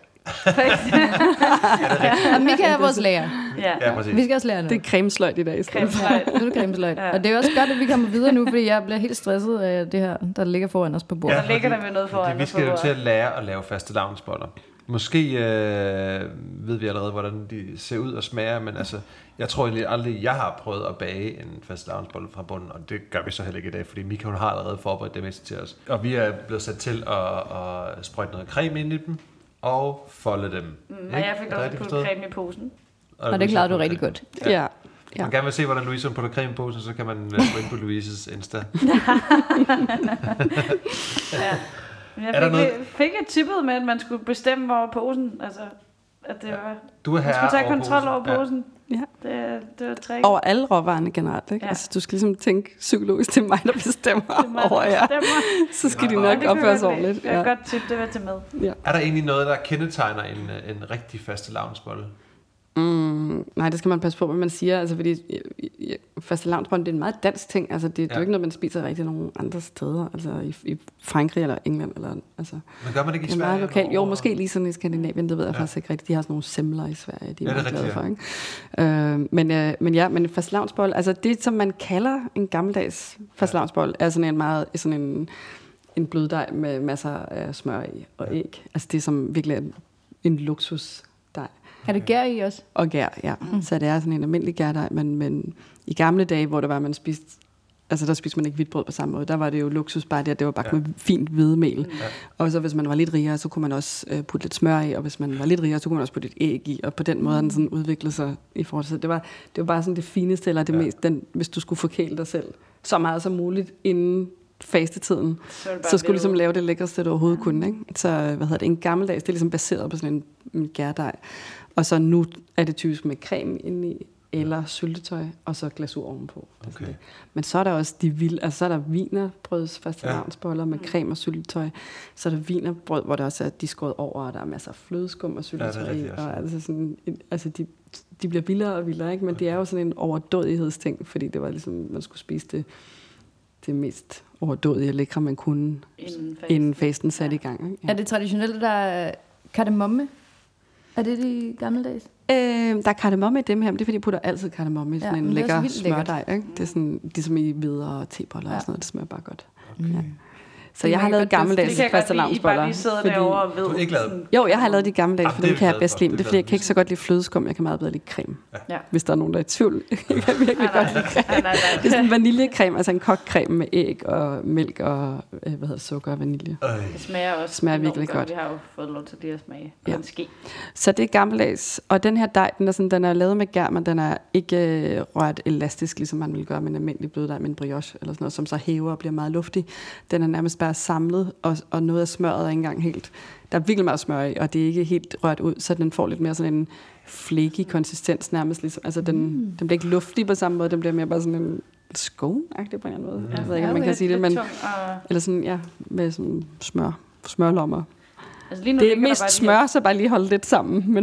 Og Mika er vores lærer. Ja, præcis. Vi skal også lære noget. Det er cremesløjt i dag. Nu er det cremesløjt. Ja. Og det er også godt, at vi kommer videre nu, fordi jeg bliver helt stresset af det her, der ligger foran os på bordet. Ja, der ligger der med noget foran os. Vi skal jo til at lære at lave fastelavnsboller. Måske ved vi allerede, hvordan de ser ud og smager, men altså, jeg tror egentlig aldrig, jeg har prøvet at bage en fastelavnsbolle fra bunden, og det gør vi så heller ikke i dag, fordi Mika, hun har allerede forberedt det meste til os. Og vi er blevet sat til at sprøjte noget creme ind i dem, og folde dem. Og jeg fik også puttet creme i posen. Og det klarede du rigtig godt. Ja. Hvis man gerne vil se, hvordan Louise putter creme i posen, så kan man gå ind på Louises Insta. Jeg fik et tippet med, at man skulle bestemme over posen. Altså, at det var, du er man skulle tage kontrol posen. over posen. Ja. Det var trick. Over alle råvarerne generelt, ikke? Ja. Altså, du skal ligesom tænke psykologisk, det er mig, der bestemmer over jer. Så skal de nok opføre sig ordentligt. Det er et godt tip, det vil jeg tage med. Ja. Er der egentlig noget, der kendetegner en rigtig fastelavnsbolle? Nej, det skal man passe på, hvad man siger. Altså, fordi fastelavnsbolle, det er en meget dansk ting. Altså, det er jo ikke noget, man spiser rigtig nogen andre steder. Altså, i Frankrig eller England. Eller, altså, men gør man ikke i Sverige? Meget lokalt. Jo, måske lige sådan i Skandinavien, det ved jeg faktisk ikke rigtigt. De har sådan nogle semler i Sverige, de er meget glade for. Ikke? Men fastelavnsbolle, altså det, som man kalder en gammeldags fastelavnsbolle, er sådan en bløddej med masser af smør i og æg. Altså det, som virkelig er en luksus. Er det gær i også? Og gær, ja. Så det er sådan en almindelig gærdej, men i gamle dage, hvor det var, man spiste, altså der spiste man ikke hvidt brød på samme måde, der var det jo luksus bare det, at det var bagt med fint hvedemel. Ja. Og så hvis man var lidt rigere, så kunne man også putte lidt smør i, og hvis man var lidt rigere, så kunne man også putte et æg i, og på den måde den sådan udviklede sig i forhold til. Det var bare sådan det fineste, eller det mest, hvis du skulle forkæle dig selv så meget som muligt inden fastetiden, så skulle du ligesom lave det lækreste, du overhovedet kunne. Ikke? Så en gammeldags, det er ligesom baseret på sådan en gærdej. Og så nu er det typisk med creme indeni, eller syltetøj, og så glasur ovenpå. Okay. Men så er der også så er der wienerbrøds fastelavnsboller med creme og syltetøj. Så er der wienerbrød, hvor der også er de skåret over, og der er masser af flødeskum og syltetøj i. Og altså de bliver vildere og vildere, ikke? Men det er jo sådan en overdådighedsting, fordi det var ligesom, man skulle spise det mest overdådige og lækre, man kunne, inden fasten satte i gang. Ikke? Ja. Er det traditionelt, der er kardemomme? Er det de gammeldags? Der er kardemomme i dem her, men det er fordi, de putter altid kardemomme i sådan en lækker smørdej. Ikke? Det er sådan, ligesom i hvidere og teboller og sådan noget, det smager bare godt. Okay. Ja. Så jeg har lavet gammeldags fastelavnsboller. Det kan jeg godt lide, I bare lige sidder derovre og ved. Du har ikke lavet? Jo, jeg har lavet de gammeldags, for dem kan jeg bedst lide. Det er fordi, jeg kan ikke så godt lide flødeskum, jeg kan meget bedre lide creme. Ja. Hvis der er nogen, der er i tvivl. Jeg kan virkelig godt lide creme. Det er sådan en vaniljecreme, altså en kogt creme med æg og mælk og sukker og vanilje. Det smager virkelig godt. Vi har jo fået lov til det at smage. Ja. Så det er gammeldags. Og den her dej, den er lavet med gær, men den er ikke rørt elastisk, ligesom man vil gøre med en almindelig bløddej med en brioche, eller sådan noget, som så hæver og bliver meget luftig. Den er nærmest bare er samlet, og noget af smøret er ikke engang helt... Der er virkelig meget smør i, og det er ikke helt rørt ud, så den får lidt mere sådan en flaky konsistens nærmest. Ligesom. Altså, den bliver ikke luftig på samme måde, den bliver mere bare sådan en skånagtig på en eller anden måde. Jeg ved ikke, om man kan sige det, men... Eller sådan, ja, med sådan smørlommer. Altså lige nu det er mest smør, så bare lige holde lidt sammen med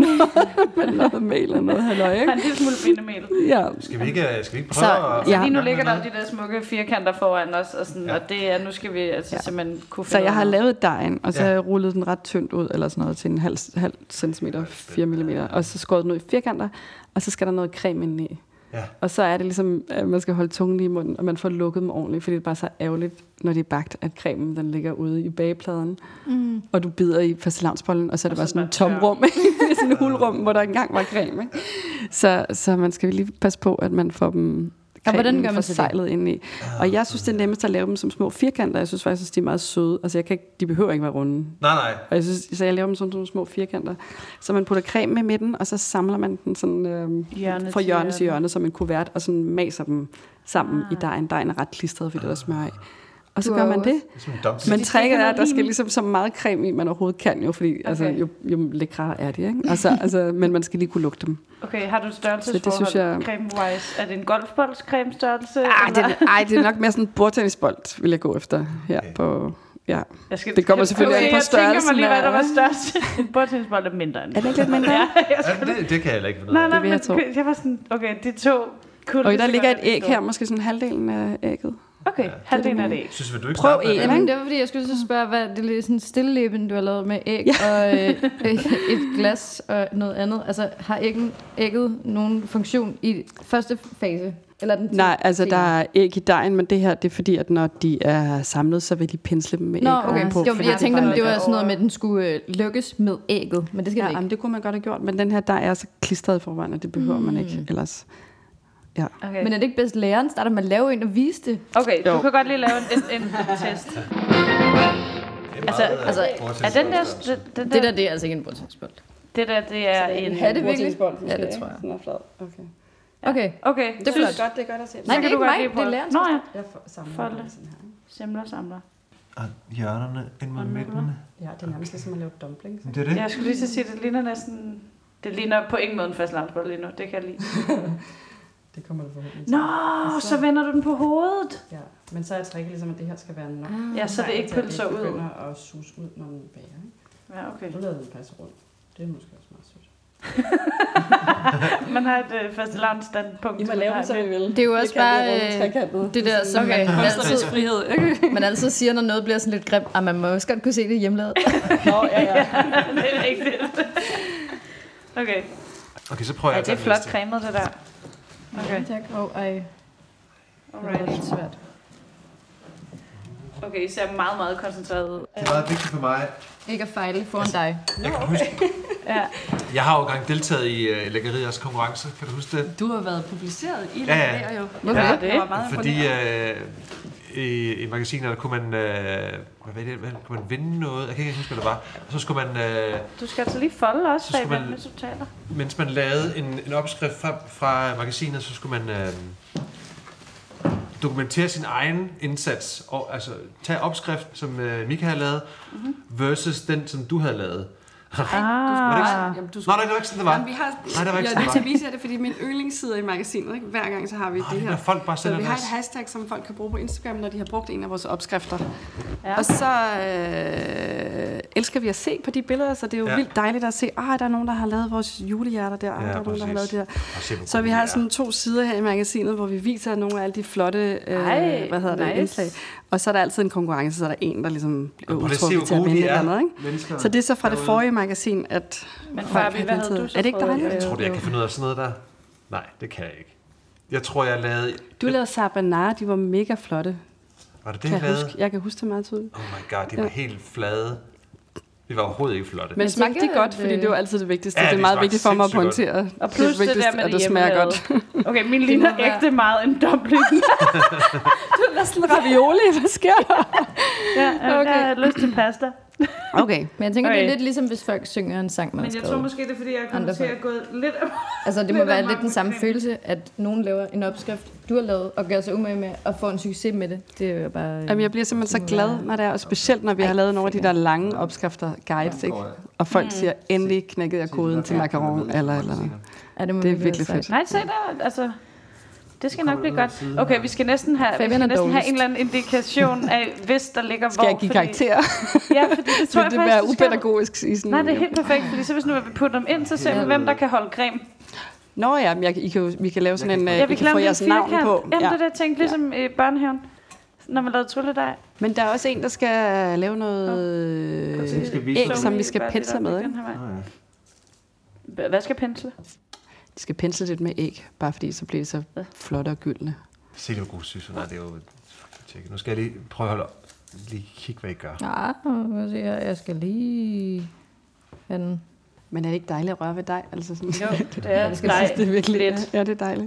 noget mel og noget halløj, ikke? En lille smule bindemel. Ja. Skal vi ikke prøve at... Lige nu ligger der de der smukke firkanter foran os, og, sådan, og det er, nu skal vi altså simpelthen kunne finde. Så jeg har lavet dejen, og så har jeg rullet den ret tyndt ud, eller sådan noget, til en halv centimeter, 4 millimeter, og så skåret den ud i firkanter, og så skal der noget creme ind i. Ja. Og så er det ligesom, at man skal holde tungen lige i munden, og man får lukket dem ordentligt, fordi det er bare så ærgerligt, når det er bagt, at cremen den ligger ude i bagepladen, og du bider i fastelavnsbollen, og så er det bare sådan et tomrum, sådan et hulrum, hvor der ikke engang var creme. Ikke? Så man skal lige passe på, at man får dem cremen forsejlet ind i. Og jeg synes, det er nemmest at lave dem som små firkanter. Jeg synes faktisk, at de er meget søde. Altså, de behøver ikke være runde. Nej. Og så jeg laver dem som nogle små firkanter. Så man putter creme i midten, og så samler man den sådan fra hjørne til hjørne som en kuvert, og sådan maser dem sammen i dejen. Dejen er ret klistret, fordi der er smør i. Og så gør man det. Men tricket er, at der skal ligesom så meget creme i, man overhovedet kan jo, fordi altså, jo lækre er de, ikke? Altså, men man skal lige kunne lugte dem. Okay, har du et størrelsesforhold creme-wise? Er det en golfbolds-creme-størrelse? Det er nok mere sådan en bordtennisbold, vil jeg gå efter her på... Ja, det kommer selvfølgelig an på størrelsen. Jeg tænker mig lige, hvad der var størst. En bordtennisbold er mindre end. Er det ikke lidt mindre? Ja, det kan jeg heller ikke finde ud af. Nej, men jeg var sådan, okay, de to... Og der ligger et æg her, måske sådan halvdelen af ægget. Okay, halvdelen af det æg. Synes du ikke prøv æg, jamen, det var fordi, jeg skulle så spørge, hvad det er sådan en stilleben, du har lavet med æg og et glas og noget andet. Altså, har ægget nogen funktion i første fase? Eller den Nej, altså der er æg i dejen, men det her, det er fordi, at når de er samlet, så vil de pensle dem med æg ovenpå. Jo, jeg tænkte, at det var sådan noget med, at den skulle lykkes med ægget, men det skal det ikke. Jamen, det kunne man godt have gjort, men den her, der er så klistret i forvejen, og det behøver man ikke ellers. Ja. Okay. Men er det ikke bedst, læreren starter med at lave en og vise det? Okay, du kan godt lige lave en test. Altså, er den der... Det der, det er altså ikke en bordtennisbold. Det der, det er en... Er det virkelig? Ja, det tror jeg. Den er flad. Okay. Det er flot. Det er godt at se. Nej, det er ikke mig, det er læreren. Nå ja. Jeg samler Samler. Og hjørnerne ind mod midten. Ja, det er nærmest ligesom at lave dumplings. Det er det. Jeg skulle lige så sige, det ligner næsten... Det ligner på ingen måde en fastelavnsbold lige nu. Det kan jeg lide. Det kommer du forhåbentlig til. Så vender du den på hovedet. Ja, men så er tricket ligesom, at det her skal være nok. Ja, så det ikke pølser ud. Det begynder at sus ud, når den bager. Ikke? Ja, okay. Du lader den passe rundt. Det er måske også meget sødt. Man har et fastelavnsstandpunkt. I må lave det, så vi vil. Det er jo også bare det der, som man altid siger, når noget bliver sådan lidt grimt. Og man må også godt kunne se det hjemmelavet. Nå, ja. Det er rigtigt. Okay, så prøver jeg at tage det er flot cremet, det der. Okay. Tak. Alright. Det er lidt svært. Okay, I ser meget, meget koncentreret ud. Det er meget vigtigt for mig. Ikke at fejle foran dig. Jeg kan huske. Jeg har jo engang deltaget i Lækkeriers konkurrence. Kan du huske det? Du har været publiceret i Lækkerier jo. Hvorfor det? Fordi i magasinerne kunne man, kunne man vinde noget. Jeg kan ikke huske, hvad det var. Så skulle man... du skal altså lige folde også, Fabian, mens du taler. Mens man lavede en opskrift fra magasinet, så skulle man dokumentere sin egen indsats. Og, altså tage opskrift, som Mika havde lavet, versus den, som du havde lavet. Nej, det var ikke sådan, det var. Jamen, vi har, nej, det var ikke sådan, det var. Jeg viser det, fordi min yndlingsside i magasinet, ikke? Hver gang så har vi det her. Folk bare så vi har et hashtag, som folk kan bruge på Instagram, når de har brugt en af vores opskrifter. Ja. Og så elsker vi at se på de billeder, så det er jo vildt dejligt at se, der er nogen, der har lavet vores julehjerter der, der er nogen, der har lavet det her. Så vi har sådan 2 sider her i magasinet, hvor vi viser nogle af alle de flotte indslag. Og så er der altid en konkurrence, så er der en, der ligesom bliver udtrukket til at vinde et eller andet. Ikke? Så det er så fra det forrige magasin, at... Men Fabi, hvad havde du så? Er det ikke dejligt? Jeg tror, jeg kan finde ud af sådan noget der. Nej, det kan jeg ikke. Jeg tror, jeg lavede... Du lavede sabanara, de var mega flotte. Var det det, jeg lavede? Jeg kan huske det meget tydeligt. Oh my god, de var helt flade. De var overhovedet ikke flotte. Men smagte det godt, fordi det var altid det vigtigste. Ja, det er meget vigtigt for mig at pointere. Og plus det der med det smager godt. Okay, min ligner ægte meget en dumpling. Du er næsten ravioli, hvad sker der? Ja, okay. Jeg har lyst til pasta. Okay. Men jeg tænker, det Okay. er lidt ligesom, hvis folk synger en sang, man Men har jeg skrevet. tror måske, det er, fordi jeg kommer Andre til at folk. gå lidt... Altså, det må lidt være af lidt den samme marketing. følelse, at nogen laver en opskrift, du har lavet, og gør sig umage med, og får en succes med det. Det er jo bare... Jamen, jeg bliver simpelthen så glad, når det er, og specielt når vi har lavet nogle af de der lange opskrifter, guides, ikke? Og folk siger, endelig knækkede jeg koden til macaron, eller noget. Ja, det må Det er virkelig virkelig være fedt. sejt. Nej, se der, altså... Det skal nok blive godt. Okay, vi skal næsten have, Fabian er have en dårligst. eller anden indikation af, hvis der ligger Skal jeg give karakterer? Ja, fordi det tror Vil jeg det faktisk, være du skal. upædagogisk i sådan... Nej, det er helt perfekt, fordi så hvis nu vi putter dem ind, så ser vi, hvem der kan holde creme. Nå ja, men vi kan lave sådan en... Ja, vi I kan kan få lave en jeres navn firkant. på. Jamen, det er det, jeg tænkte, ligesom i børnehaven, når man lavede trylledej. Men der er også en, der skal lave noget skal vise æg, noget. som vi skal pensle med, ikke? Hvad skal pensle? De skal pensle lidt med æg, bare fordi så bliver det så flotte og gyldne. Se, det er jo god synes. Nej, det er jo... Nu skal jeg lige prøve at lige kigge, hvad I gør. Ja, hvad siger jeg? Jeg skal lige... Han... Men er det ikke dejligt at røre ved dig? Altså sådan, Jo, det er Jeg skal dig. det er virkelig lidt. Ja, det er dejligt.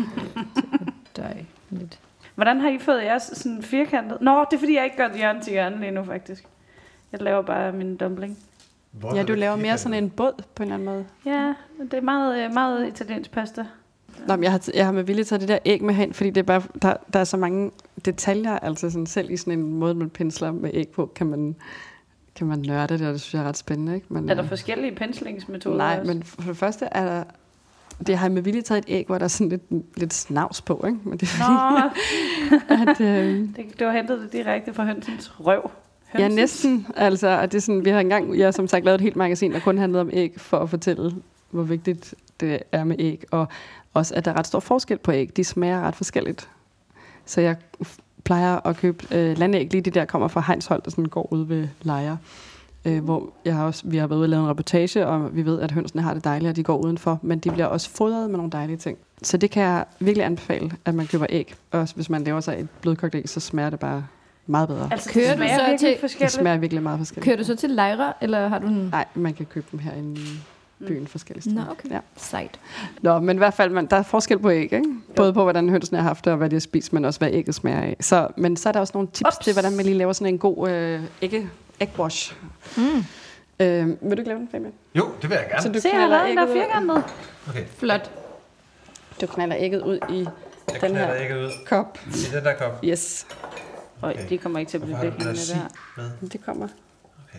Dig. Lidt. Hvordan har I fået jeres sådan firkantet? Nå, det er fordi, jeg ikke gør det hjørne til hjørne lige nu, faktisk. Jeg laver bare min dumpling. Hvor Ja, er du det laver mere firkantet? sådan en båd på en eller anden måde. Ja, det er meget italiensk pasta. Nå, men jeg har med vilje taget det der æg med hen, fordi det er bare, der er så mange detaljer, altså sådan, selv i sådan en måde, man pensler med æg på, kan man nørde det, og det synes jeg er ret spændende. Ikke? Men, Er der forskellige penslingsmetoder nej, også? men for det første er der, det har jeg med vilje taget et æg, hvor der er sådan lidt snavs på, ikke? Men det er Nå, fordi, at, du har hentet det direkte fra hønsens røv. ja, næsten. Altså, og det er sådan, vi har engang, jeg har som sagt lavet et helt magasin, der kun handlede om æg, for at fortælle, hvor vigtigt det er med æg, og også, at der er ret stor forskel på æg. De smager ret forskelligt. Så jeg plejer at købe landæg, lige de der kommer fra Heinshold, der sådan går ud ved Lejre. Hvor vi har været ude og lave en reportage, og vi ved, at hønsene har det dejligt, og de går udenfor, men de bliver også fodret med nogle dejlige ting. Så det kan jeg virkelig anbefale, at man køber æg. Også hvis man laver sig et blødkogt æg, så smager det bare meget bedre. Altså, Kører det du smager så virkelig til- Det forskelligt. smager virkelig meget forskelligt. Kører du så til Lejre, eller har du en... Nej, man kan købe dem her i byen forskellige steder. Nå, okay. Ja. Sejt. Nå, men i hvert fald, der er forskel på æg, ikke? Både på, hvordan hønsene har haft det, og hvad de har spist, men også, hvad ægget smager af. Men så er der også nogle tips til, hvordan man lige laver sådan en god ægwash. Vil du ikke lave den, Fabian? Jo, det vil jeg gerne. Så du Se, jeg har lavet den der ægget ud- firkantet. Okay, Flot. Du knalder ægget ud i jeg den knalder her ikke ud kop. i den der kop. Yes, Øj, de kommer ikke til at blive Hvorfor har du dækkende den med der det her. med? det kommer. Okay,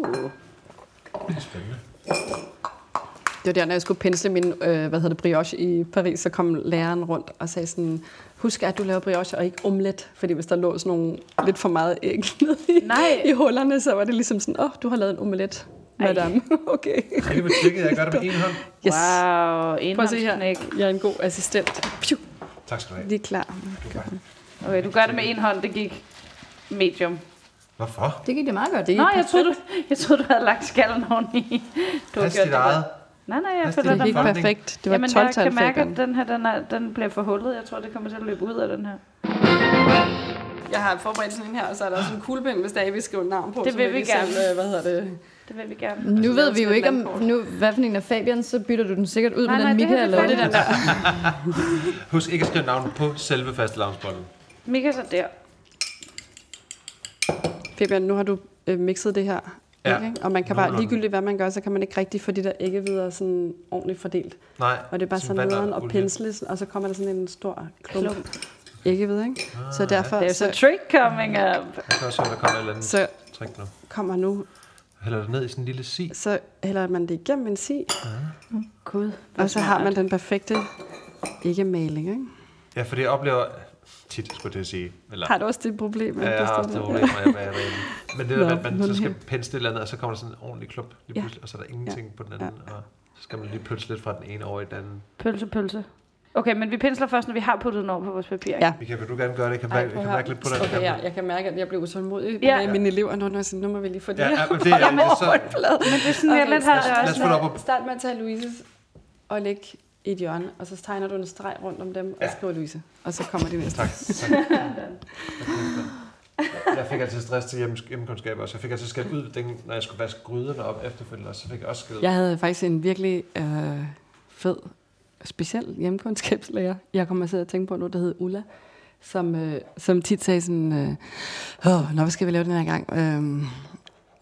Uh. det er spændende. Det var der, når jeg skulle pensle min brioche i Paris, så kom læreren rundt og sagde sådan, husk at du laver brioche og ikke omelet, fordi hvis der lå sådan nogle lidt for meget æg nede Nej. i hullerne, så var det ligesom sådan, du har lavet en omelet, madame. Okay. Ikke med tjekket, jeg gør det med en hånd. Yes. Wow, Prøv at se her. indhåndsknæk. Jeg er en god assistent. Piu. Tak skal du have. Lige klar. Okay, du gør det med en hånd, det gik medium. Hvorfor? Det gik det meget godt. Det er Nå, perfekt. jeg troede, du havde lagt skallen oveni. Du har Pas gjort dit det eget. godt. Nej, jeg Pas føler dit Det dig er eget. helt for. perfekt. Det var Jamen, jeg 12-tal, kan mærke, Fabian. at den her, den bliver for hullet. Jeg tror, det kommer til at løbe ud af den her. Jeg har forberedt sådan en her, og så er der også en kuglepind, hvis der er, vi skriver navn på. Det så vil vi ligesom, gerne. Det vil vi gerne. Nu ved vi jo sådan ikke, et om landkort. nu, hvad for en af Fabian, så bytter du den sikkert ud Nej, med nej, den det Michael er har det lavet. færdigt. Husk ikke at skrive navnet på selve fastelavnsbollen. Mika så der. Fabian, nu har du mixet det her. Ja. Ikke? Og man kan bare, Nogenlunde. ligegyldigt hvad man gør, så kan man ikke rigtig få de der æggehvider sådan ordentligt fordelt. Nej. Og det er bare som sådan vand nederen og olie. pensles, og så kommer der sådan en stor klump æggehvide, ikke? Så derfor There's a så, trick coming up. Jeg kan også høre, der kommer et eller andet så trick nu. kommer nu, Hælder det ned i sådan en lille si. så hælder man det igennem en si, Gud, og så har man den perfekte æggemaling, ikke? Ja, for det oplever tit, skulle jeg til at sige. Eller, Har du også det problem? ja, jeg har haft det problem, når jeg bager derhjemme. Men det er, at man Nå, så skal her. pensle et eller andet, og så kommer der sådan en ordentlig klump lige Ja. pludselig, og så er der ingenting på den anden, og så skal man lige pølse lidt fra den ene over i den anden. Pølse. Okay, men vi pensler først, når vi har puttet den over på vores papir. Ja. Mika, vil du gerne gøre det? Jeg kan, jeg kan mærke lidt på dig. Okay, jeg kan mærke, at jeg bliver utålmodig Ja. med mine elever nu, når jeg siger, nu må vi lige få det Ja, her. men det er så... Men det er sådan, jeg lidt har det Lad os også. få det op på... Start med at tage Louises og lægge i et hjørne, og så tegner du en streg rundt om dem, og skriver Louise. Og så kommer de næste. Tak. Jeg fik altid stress til hjemmekundskab også. Jeg fik altid skældt ud, når jeg skulle vaske gryderne op efterfølgende, så fik jeg også skældt. Jeg havde faktisk en virkelig fed, speciel hjemmekundskabslærer. Jeg kommer til at tænke på noget, der hed Ulla, som tit sagde sådan, hvad skal vi lave den her gang?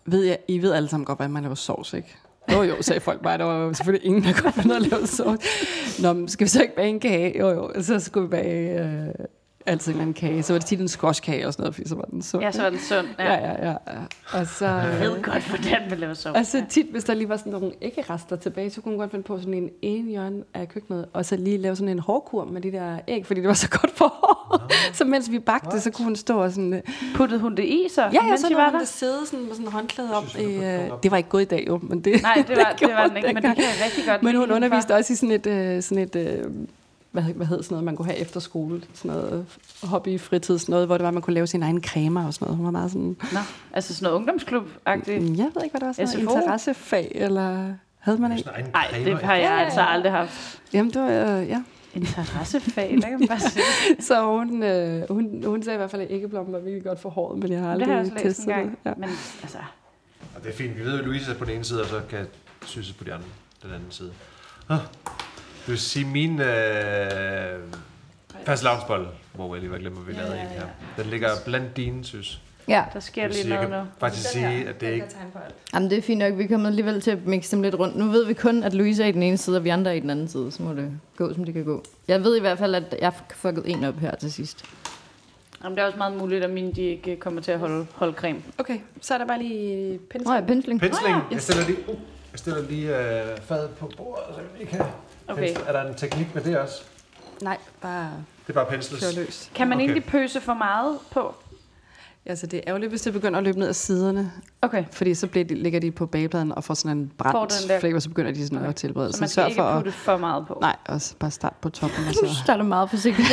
I ved alle sammen godt, hvordan man laver sovs, ikke? Jo, sagde folk bare. Der var jo selvfølgelig ingen, der kunne finde noget at lave sovs. Nå, men skal vi så ikke bage en kage? Jo. Så skulle vi bage altid en kage. Så var det tit en squashkage og sådan noget, fordi så var den sund. Ja, så var den sund. Ja. Og så, jeg ved godt, hvordan man laver sovs. Og så tit, hvis der lige var sådan nogle æggerester tilbage, så kunne man godt finde på sådan en hjørne af køkkenet, og så lige lave sådan en hårkur med de der æg, fordi det var så godt for hår. Så mens vi bagte, så kunne hun stå og sådan... Puttede hun det i så? Ja, så var hun det sidde sådan med sådan en håndklæde op. Det var ikke gået i dag, jo. Men det, nej, det var den ikke, men det kan jeg rigtig godt. Men hun underviste også i sådan et hvad hed sådan noget, man kunne have efter skole, sådan noget hobbyfritid, sådan noget, hvor det var, man kunne lave sine egne cremer og sådan noget. Hun var meget sådan... Nå, altså sådan noget ungdomsklub-agtigt? Jeg ved ikke, hvad det var, sådan noget interessefag, eller havde man ikke? Nej, det har jeg altså aldrig haft. Jamen, det var, ja. Interessefag, det kan man bare sige. Så hun sagde i hvert fald, at æggeblommen var virkelig godt for håret, men jeg har aldrig testet det. Ja. Men altså... Og det er fint. Vi ved jo, at Louise er på den ene side, og så kan synes på den anden side. Det vil sige, min fastelavnsbolle, hvor jeg lige var glemt, at vi lavede en her. Den ligger blandt dine, synes. Ja. Der sker lige noget nu. Faktisk sige, at det ikke... Jamen, det er fint nok. Vi kommer alligevel til at mixe dem lidt rundt. Nu ved vi kun, at Louise er i den ene side, og vi andre er i den anden side. Så må det gå, som det kan gå. Jeg ved i hvert fald, at jeg har fucket en op her til sidst. Jamen, det er også meget muligt, at mine de ikke kommer til at holde creme. Okay, så er der bare lige pensling. Ja, pensling. Pensling. Jeg stiller lige fadet på bordet, så vi kan... Okay. Er der en teknik med det også? Nej, bare... Det er bare pensles. Løs. Kan man egentlig pøse for meget på? Altså, det er ærgerligt, hvis det begynder at løbe ned ad siderne. Okay. Fordi så ligger de på bagepladen og får sådan en brændt flæk, og så begynder de sådan at tilberede. Så man skal ikke putte for meget på? Nej, også bare start på toppen. Du starter meget forsigtigt.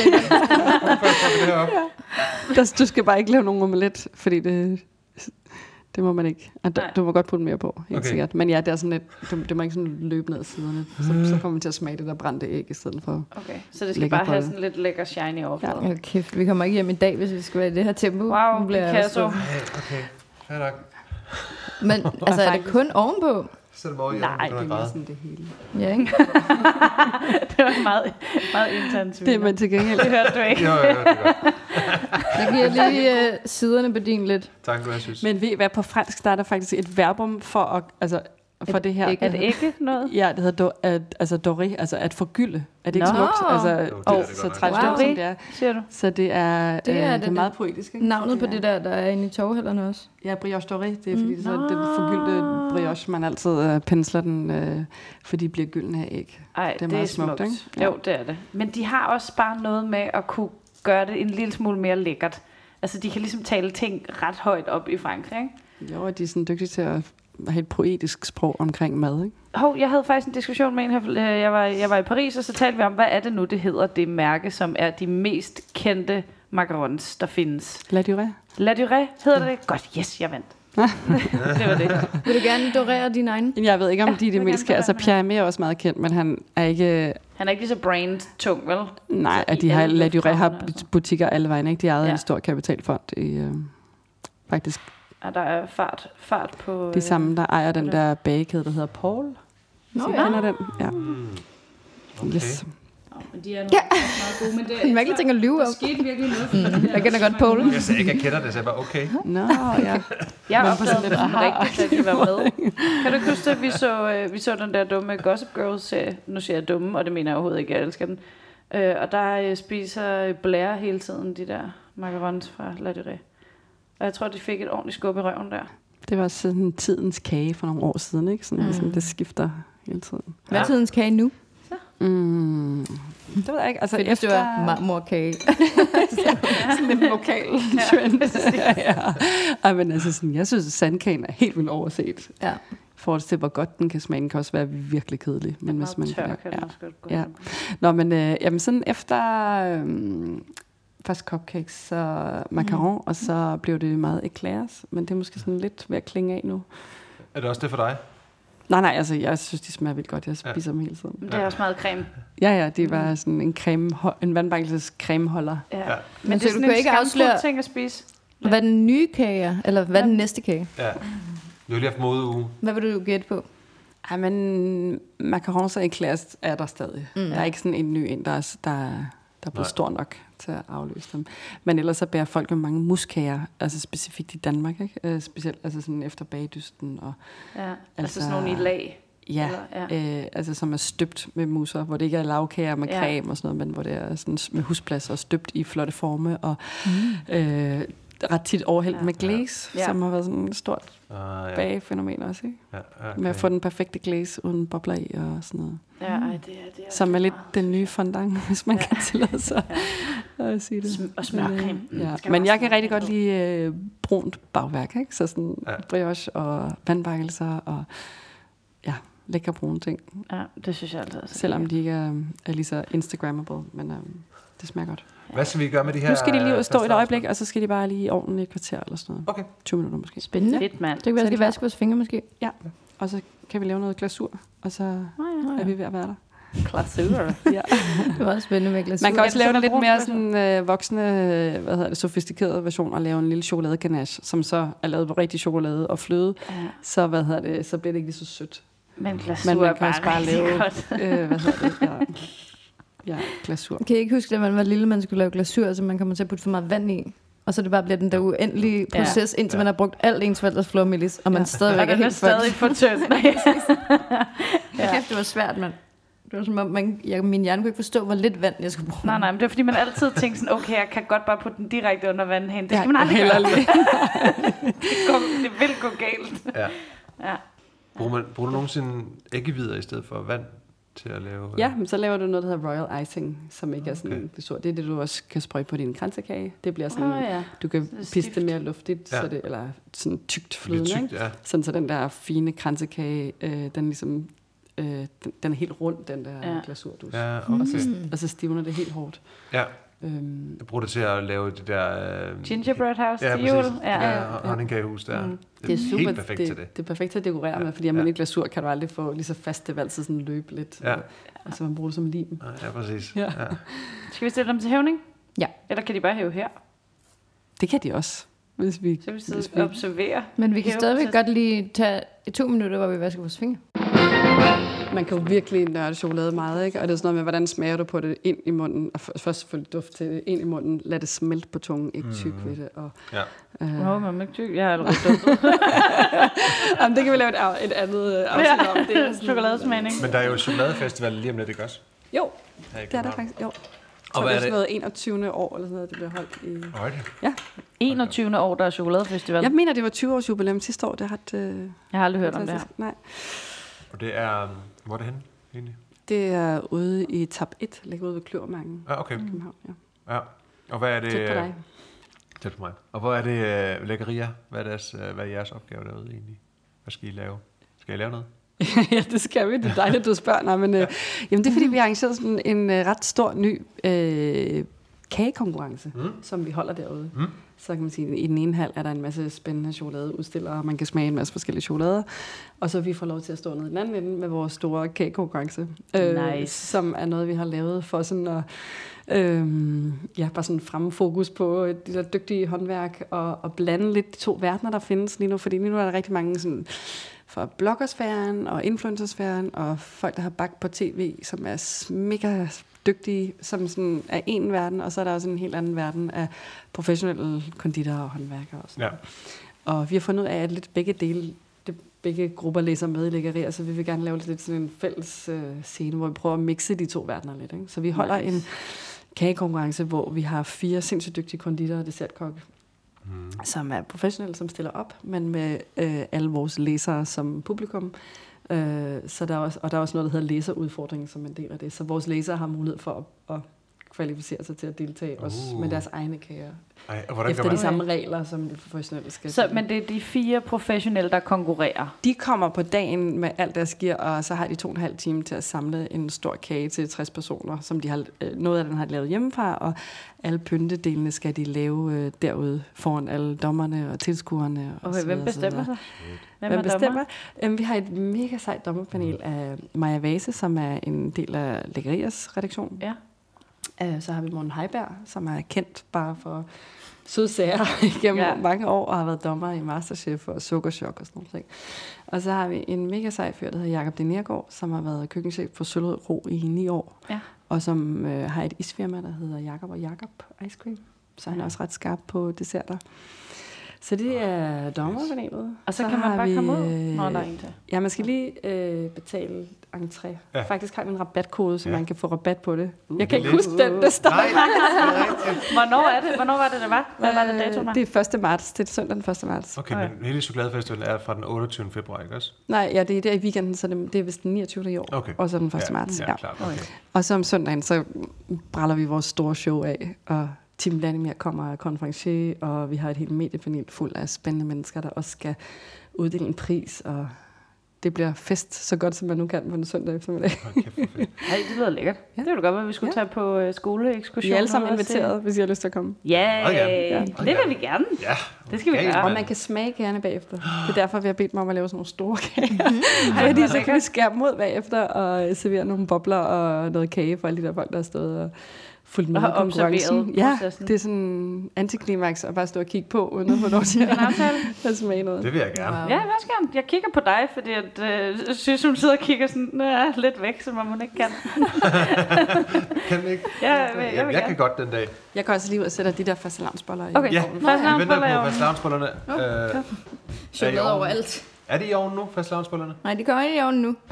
Du skal bare ikke lave nogen omelet, fordi det må man ikke. Du må godt putte mere på, helt sikkert. Men ja, det er sådan lidt, det må ikke sådan løbe ned ad siderne. Så kommer man til at smage det der brændte æg i stedet for. Okay, så det skal bare have sådan lidt lækker shiny overflade. Ja, kæft, vi kommer ikke hjem i dag, hvis vi skal være i det her tempo. Wow, Picasso. Okay, fair nok. Men altså, er det kun ovenpå? Nej, det er sådan det hele. Ja, ikke? Det var meget, meget intensivt. Det er man til gengæld. Det hørte du ikke. Jo, det er godt. Jeg giver lige siderne på din lidt. Tak, jeg synes. Men ved I hvad, på fransk, der er der faktisk et verbum for at... Altså, for det her. Er det ikke noget? Ja, det hedder doré, altså at forgylde. Er det ikke smukt? Altså, så traditionelt som det er. Siger du? Så det er meget poetisk. Ikke? Navnet på det der er inde i toghælderne også. Ja, brioche doré, det er fordi det er den forgyldte brioche, man altid pensler den, fordi det bliver gyldne af æg. Ej, det er meget smukt, ikke? Ja. Jo, det er det. Men de har også bare noget med at kunne gøre det en lille smule mere lækkert. Altså, de kan ligesom tale ting ret højt op i Frankrig, ikke? Jo, og de er sådan dygtige til at have et poetisk sprog omkring mad, ikke? Jeg havde faktisk en diskussion med en her. Jeg var i Paris, og så talte vi om, hvad er det nu, det hedder, det mærke, som er de mest kendte macarons, der findes. La Durée. La Durée hedder det? Godt, yes, jeg vandt. Det var det. Vil du gerne dorere din egen? Jeg ved ikke, om de er det mest kendte. Altså, Pierre Hermé er også meget kendt, men han er ikke... Han er ikke lige så brand-tung, vel? Nej, at de har La Durée har butikker alle vejen, ikke? De har en stor kapitalfond i... faktisk... Og der er fart på... De samme, der ejer den der bagekæde, der hedder Paul. Nå, ja. Kender den? Ja. Okay. Yes. Men de er meget gode, men det er mærkeligt ting at lyve om. Der skete virkelig noget. Jeg kender godt Paul. Jeg sagde ikke, jeg kender det, så jeg bare okay. Nå, ja. Jeg opdagede dem rigtigt, da de var med. Kan du ikke huske, at vi så den der dumme Gossip Girls-serie? Nu siger jeg dumme, og det mener jeg overhovedet ikke, jeg elsker den. Og der spiser Blair hele tiden de der macarons fra La Durée. Og jeg tror, de fik et ordentligt skub i røven der. Det var sådan tidens kage for nogle år siden, ikke? Sådan, det skifter hele tiden. Hvad er tidens kage nu? Det ved jeg ikke. Altså, fordi efter... det var marmorkage. Sådan en lokal trend. Ja. Men altså, sådan, jeg synes, at sandkagen er helt vildt overset. Ja. For til, hvor godt den kan smage. Den kan også være virkelig kedelig. Men hvis man tør, kan den også godt gå. Ja. Nå, men jamen sådan efter... først cupcakes, så macaron, og så blev det meget eclairs, men det er måske sådan lidt ved at klinge af nu. Er det også det for dig? Nej, altså jeg synes, de smager vildt godt. Jeg spiser dem hele tiden. Men det er også meget creme. Ja, det var sådan en vandbakkelses cremeholder. Ja. Men det er sådan du kan ikke afsløre ting at spise. Hvad den nye kage er, eller hvad den næste kage. Ja. Du har lige haft modeuge. Hvad vil du gætte på? Ja, men macarons og eclairs er der stadig. Der er ikke sådan en ny en, der der er blevet stor nok til at afløse dem. Men ellers så bærer folk jo mange muskager, altså specifikt i Danmark, ikke? Specielt altså sådan efter bagdysten. Og, altså sådan nogle i lag. Ja, altså som er støbt med musser, hvor det ikke er lavkager med creme og sådan noget, men hvor det er sådan med husplads og støbt i flotte forme, og ret tit overhældt med glaze, som har været sådan et stort bagefænomen også, ikke? Okay. Med at få den perfekte glaze uden bobler i og sådan noget. Det er som er lidt den nye fondant, hvis man kan tillade sig at sige det. Og smørcreme. Men jeg kan rigtig godt lide brunt bagværk, ikke? Så sådan brioche og vandbakkelser og lækre brune ting. Ja, det synes jeg altid. Selvom de ikke er lige så instagrammable, men det smager godt. Hvad skal vi gøre med de her? Nu skal de lige stå et øjeblik, og så skal de bare lige i ovnen i et kvarter eller sådan noget. Okay. 20 minutter måske. Spændende. Fedt, mand. Det kan være, at vi skal vaske vores fingre måske. Ja, og så kan vi lave noget glasur, og så er vi ved at være der. Glasur. Det var også spændende med glasur. Man kan også lave en lidt mere sådan, voksne, sofistikeret version, og lave en lille chokoladeganache, som så er lavet på rigtig chokolade og fløde. Så, så bliver det ikke lige så sødt. Men glasur man kan også bare lave glasur. Kan I ikke huske, at man var lille, man skulle lave glasur, så man kommer til at putte for meget vand i, og så det bare bliver den der uendelige proces, indtil man har brugt alt ens forældres flormelis, og man stadigvæk er helt stadig for tynd. Kæft, det var svært, mand. Det var som om, min hjerne kunne ikke forstå, hvor lidt vand jeg skulle bruge. Nej, men det er fordi, man altid tænker sådan, okay, jeg kan godt bare putte den direkte under vandhanen. Det skal man aldrig gøre. Det vil gå galt. Ja. Bruger du nogensinde æggehvider i stedet for vand til at lave? Ja, men så laver du noget, der hedder royal icing, som ikke er sådan glasur. Det er det, du også kan sprøjte på din kransekage. Det bliver sådan, du kan piste det mere luftigt, så det, eller sådan tykt flydende, ikke? Sådan så den der fine kransekage, den ligesom, den er helt rund, den der glasurdus. Ja, okay. Og så stivner det helt hårdt. Ja. Jeg bruger det til at lave det der... gingerbread house til jul. Honningkagehus der. Det er super, helt perfekt til det. Det er perfekt til at dekorere med, fordi med glasur kan du aldrig få lige så fast, det vil altid sådan løbe lidt. Og så man bruger det som lim. Ja, præcis. Ja. Skal vi stille dem til hævning? Ja. Eller kan de bare hæve her? Det kan de også. Hvis vi observerer. Men vi kan stadigvæk godt lige tage 2 minutter, hvor vi vasker vores fingre. Man kan jo virkelig nørde chokolade meget, ikke? Og det er sådan noget med, hvordan smager du på det ind i munden. Og først selvfølgelig duft til det ind i munden. Lad det smelte på tungen, ikke tyk ved det. Og, man er ikke tyk. Jeg har allerede duftet. Jamen, det kan vi lave et andet afsnit om. Det er chokoladesmagning. Men der er jo chokoladefestival lige om lidt, ikke også? Jo, det er der faktisk. Jo. Og hvad er det? Noget 21. år eller sådan noget, det bliver holdt i... Ja. 21. år, der er chokoladefestival. Jeg mener, det var 20 års jubilæum sidste år. Det har jeg har aldrig hørt om det her. Nej. Og det er... Hvor er det henne, egentlig? Det er ude i Tab 1, ligger ude ved Kløvermarken. Okay. København, ja. Og hvad er det... Tæt på dig. Tæt på mig. Og hvor er det lækkerier? Hvad er jeres opgave derude egentlig? Hvad skal I lave? Skal I lave noget? Ja, det skal vi. Det er dejligt, du spørger. Nej, men, jamen, det er fordi, vi har arrangeret sådan en ret stor ny kagekonkurrence, som vi holder derude. Så kan man sige, at i den ene hal er der en masse spændende chokoladeudstillere, og man kan smage en masse forskellige chokolader. Og så vi får lov til at stå nede i den anden ende med vores store kagekonkurrence. Som er noget, vi har lavet for sådan at bare sådan fremme fokus på de der dygtige håndværk, og blande lidt de to verdener, der findes lige nu. Fordi lige nu er der rigtig mange sådan... fra bloggersfæren og influencersfæren, og folk, der har bagt på tv, som er mega dygtige, som sådan er en verden, og så er der også en helt anden verden af professionelle konditorer og håndværkere. Og, sådan. Og vi har fundet ud af, at lidt begge grupper læser med i lækkerier, så vi vil gerne lave lidt sådan en fælles scene, hvor vi prøver at mixe de to verdener lidt. Ikke? Så vi holder en kagekonkurrence, hvor vi har 4 sindssygt dygtige konditorer og dessertkokke, som er professionelle, som stiller op, men med alle vores læsere som publikum. Så der er også, og der er også noget, der hedder læserudfordringen som en del af det. Så vores læsere har mulighed for at kvalificere sig til at deltage også med deres egne kager. Efter de samme regler, som de professionelle skal. Så, men det er de 4 professionelle, der konkurrerer? De kommer på dagen med alt deres gear, og så har de 2,5 timer til at samle en stor kage til 60 personer, som de har, noget af den har de lavet hjemmefra, og alle pyntedelene skal de lave derude foran alle dommerne og tilskuerne. Okay, hvem bestemmer så? Hvem bestemmer? Vi har et mega sejt dommerpanel af Maja Vase, som er en del af Lækkeriers redaktion. Ja. Så har vi Morten Heiberg, som er kendt bare for søde sager igennem mange år, og har været dommer i Masterchef og Sukkerchok og sådan noget ting. Og så har vi en mega sej fyr, der hedder Jakob De Nergård, som har været køkkenchef på Søllerød Kro i 9 år. Ja. og som har et isfirma, der hedder Jakob og Jakob Ice Cream. Så han er også ret skarp på desserter. Så det er dommerpanelet. Og så kan man bare komme ud, når der er en til. Ja, man skal lige betale entré. Ja. Faktisk har vi en rabatkode, så man kan få rabat på det. Jeg kan ikke huske den, der står. Nej, Hvornår er det? Hvornår var det var? Hvad var det datoen var? Det er 1. marts. Det er søndag den 1. marts. Okay, men hele Chokoladefestivalen er fra den 28. februar, ikke også? Nej, ja, det er der i weekenden, så det er vist den 29. i år. Okay. Og så den 1. marts. Ja, klart. Okay. Og så om søndagen, så bræller vi vores store show af, og Tim Lannemir kommer konferencier, og vi har et helt mediepanel fuld af spændende mennesker, der også skal uddele en pris, og det bliver fest så godt, som man nu kan på en søndag eftermiddag. Okay, Hey, det lyder lækkert. Ja. Det ville godt være, at vi skulle tage på skoleekskursion. Vi er alle sammen inviteret, hvis I har lyst til at komme. Ja, det vil vi gerne. Ja. Det skal vi gøre. Og man kan smage kagerne bagefter. Det er derfor, vi har bedt mig om at lave sådan nogle store kager. Fordi så kan vi skære dem ud bagefter og servere nogle bobler og noget kage for alle de der folk, der har stået og fulgt med i konkurrencen. Ja, det er sådan antiklimaks at bare stå og kigge på, uden at få lov til at smage noget. Det vil jeg gerne. Ja, jeg vil også gerne. Jeg kigger på dig, fordi jeg synes, hun sidder og kigger sådan lidt væk, som om hun ikke kan. Kan den ikke? Ja, jeg kan godt den dag. Jeg kan også lige ud og sætte de der fastelavnsboller i. Okay, ja, vi venter på fastelavnsbollerne. Chokolade overalt. Er det i ovnen nu, fastelavnsbollerne? Nej, de kommer ind i ovnen nu.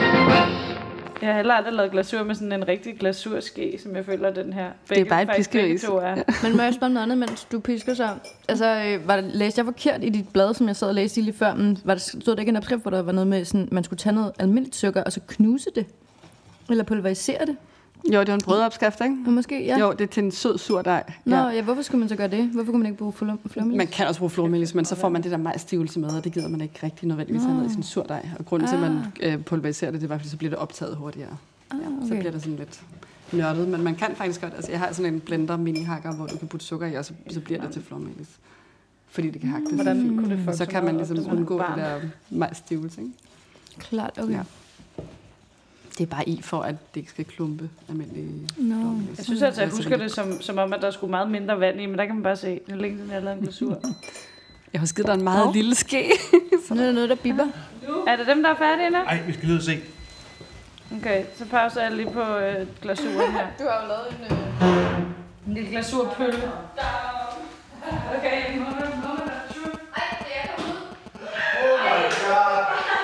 Jeg har heller aldrig lavet glasur med sådan en rigtig glasurske, som jeg føler, den her. Det er bare et piskeris. Ja. Men må jeg spørge noget andet, mens du pisker så? Altså, læste jeg forkert i dit blad, som jeg sad og læste lige før, men stod der ikke en opskrift, hvor der var noget med, sådan, man skulle tage noget almindeligt sukker, og så knuse det? Eller pulverisere det? Jo, det var en brødopskrift, ikke? Ja, måske, ja. Jo, det er til en sød sur dej. Nå, ja, hvorfor skulle man så gøre det? Hvorfor kunne man ikke bruge flormelis? Man kan også bruge flormelis, men så får man det der majsstivelse med, og det gider man ikke rigtig nødvendigvis have med i sin sur dej. Og grunden til, at man pulveriserer det, det er fordi, så bliver det optaget hurtigere. Okay. Så bliver det sådan lidt nørdet, men man kan faktisk godt, altså jeg har sådan en blender mini-hakker, hvor du kan putte sukker i, og så bliver det til flormelis. Fordi det kan hakke det. Hvordan kunne det så kan man ligesom undgå det der majsstivelse, ikke? Klart, okay. Ja. Det er bare i for, at det ikke skal klumpe almindelige Jeg synes altså, jeg husker det som om, at der skulle meget mindre vand i, men der kan man bare se, det er længe siden, jeg har lavet en glasur. Jeg har skidt dig en meget lille ske. Så er der noget, der bipper. Er det dem, der er færdige, eller? Nej, vi skal lige se. Okay, så pauser jeg lige på glasuren her. Du har jo lavet en lille glasurpølle. Okay, moment. Ej, det er kommet ud. Oh my god.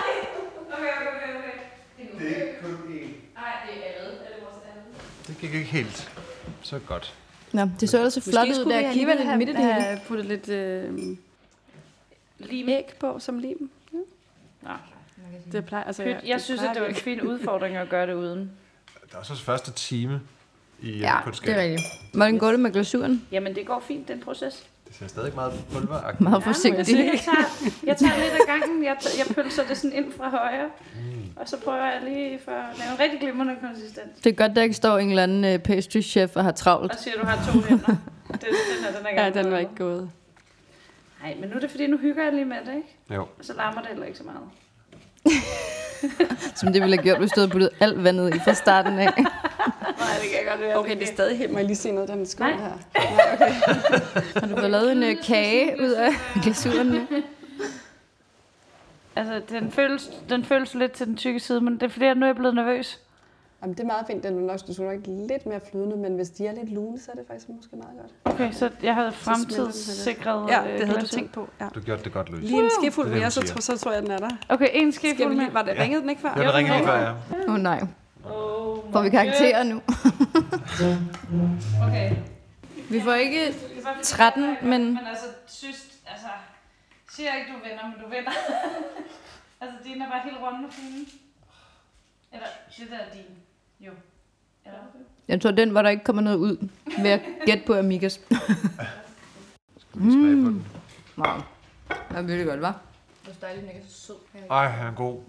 Okay. Det er ikke kun én. Nej, det er alle vores alle. Det gik ikke helt så godt. Nå, det så altså flot ud, da jeg kiggede lidt midt i det hele. Have puttet lidt æg på som lim. Ja. Nå. Det plejer, altså, jeg synes, at det var en fin udfordring at gøre det uden. Der er også første time i ja, det er rigtigt. Hvordan går det med glasuren? Jamen, det går fint, den proces. Det ser stadig meget pulveragtigt. Meget forsigtigt. Jeg tager lidt af gangen. Jeg pølser det sådan ind fra højre. Og så prøver jeg lige for at lave en rigtig glimrende konsistens. Det er godt, der ikke står en eller anden pastry chef og har travlt. Og siger, du har 2 hænder. Den er ja, den var ikke gået. Nej, men nu er det fordi, nu hygger jeg lige med det, ikke? Jo. Og så larmer det heller ikke så meget. Som det ville have gjort, hvis du havde puttet alt vandet i fra starten af. Nej, det kan jeg godt være. Okay, det er stadig helt, må jeg lige se noget af den skål her. Nej, okay. Har du fået lavet en kage ud af glasuren nu? Altså, den føles lidt til den tykke side, men det er fordi, at nu er jeg blevet nervøs. Jamen, det er meget fint. Den er nok lidt mere flydende, men hvis de er lidt lune, så er det faktisk måske meget godt. Okay, så jeg havde fremtidssikret ja, det havde du tænkt på. Ja. Du gjorde det godt, Louise. Lige en skefuld mere, så tror jeg, den er der. Okay, en skefuld mere. Var det ringede den ikke før? Ja, det ringede lige før, ja. Nej. Får vi karakterer nu? Okay. Vi får ikke 13, men altså, siger ikke, du vinder, men du vinder. Altså, dine er bare helt runde og fine. Eller, det der er din. Jo. Eller? Jeg tror, den, hvor der ikke kommer noget ud, ved at gætte på Amigas. Skal vi smage på den? Wow. Det er virkelig godt, hva'? Det er dejligt, den er så sød. Ej, han er god.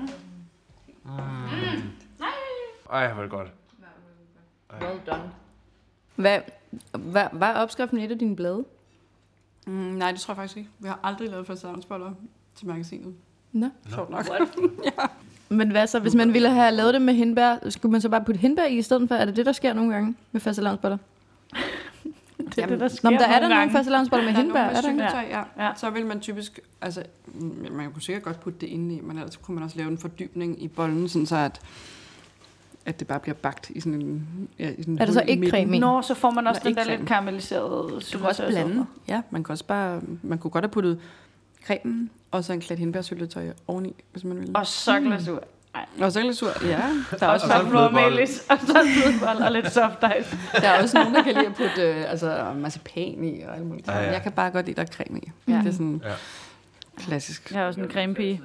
Ej, hvor er det godt. Well done. Hvad er opskriften i et af dine blade? Nej, det tror jeg faktisk ikke. Vi har aldrig lavet fastelavnsboller til magasinet. Nå. Sjovt nok. Ja. Men hvad så, hvis man ville have lavet det med hindbær, skulle man så bare putte hindbær i stedet for? Er det det, der sker nogle gange med fastelavnsboller? Det er det, der sker. Nå, der er der nogle fastelavnsboller med hindbær, er der ikke? Ja. Så vil man typisk, altså, man kunne sikkert godt putte det inde i, men ellers kunne man også lave en fordybning i bollen, sådan så at det bare bliver bagt i sådan en... Ja, i sådan Er der så ikke creme i? Nå, så får man også Nej, den der ikke lidt creme. karamelliserede Du kan også blande. Ja, man kunne godt have puttet cremen, og så en klat hindbærsyltetøj oveni, hvis man ville. Og så glasur. Og så glasur, ja. Der er også, så en flødebolle. Melis, og så en flødebolle og lidt soft ice. der er også nogen, der kan lide at putte marcipan i og alt muligt. Ja, ja. Jeg kan bare godt lide, der er creme i. Ja. Det er sådan Ja. klassisk. Jeg er også en cremepige.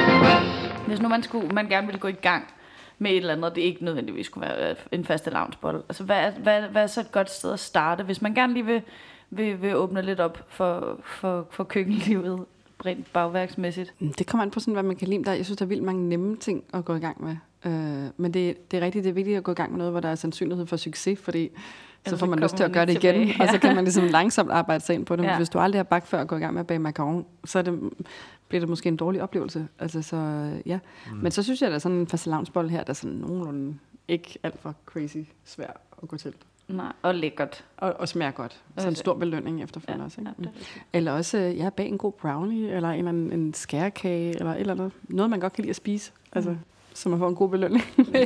Hvis nu man gerne ville gå i gang med et eller andet, og det ikke nødvendigvis skulle være en faste loungebolle. Altså, hvad er så et godt sted at starte, hvis man gerne lige vil åbne lidt op for køkkenlivet, rent bagværksmæssigt? Det kommer an på, sådan, hvad man kan lide. Jeg synes, der er vildt mange nemme ting at gå i gang med. Men det er rigtigt, det er vigtigt at gå i gang med noget, hvor der er sandsynlighed for succes, fordi så får man lyst til at gøre det igen, tilbage, ja. og så kan man ligesom langsomt arbejde sig ind på det. Ja. Men hvis du aldrig har bagt før at gå i gang med at bage macaron, så bliver det måske en dårlig oplevelse. Altså, så, ja. Men så synes jeg, at der er sådan en fastelavnsbolle her, der er sådan nogenlunde ikke alt for crazy svær at gå til. Nej, og lækkert. Og smager godt. Så en stor belønning efterfølgende også. Ikke? Ja, det er rigtigt. Eller også bag en god brownie, eller en skærekage, eller et eller andet. Noget, man godt kan lide at spise. Altså, så man får en god belønning.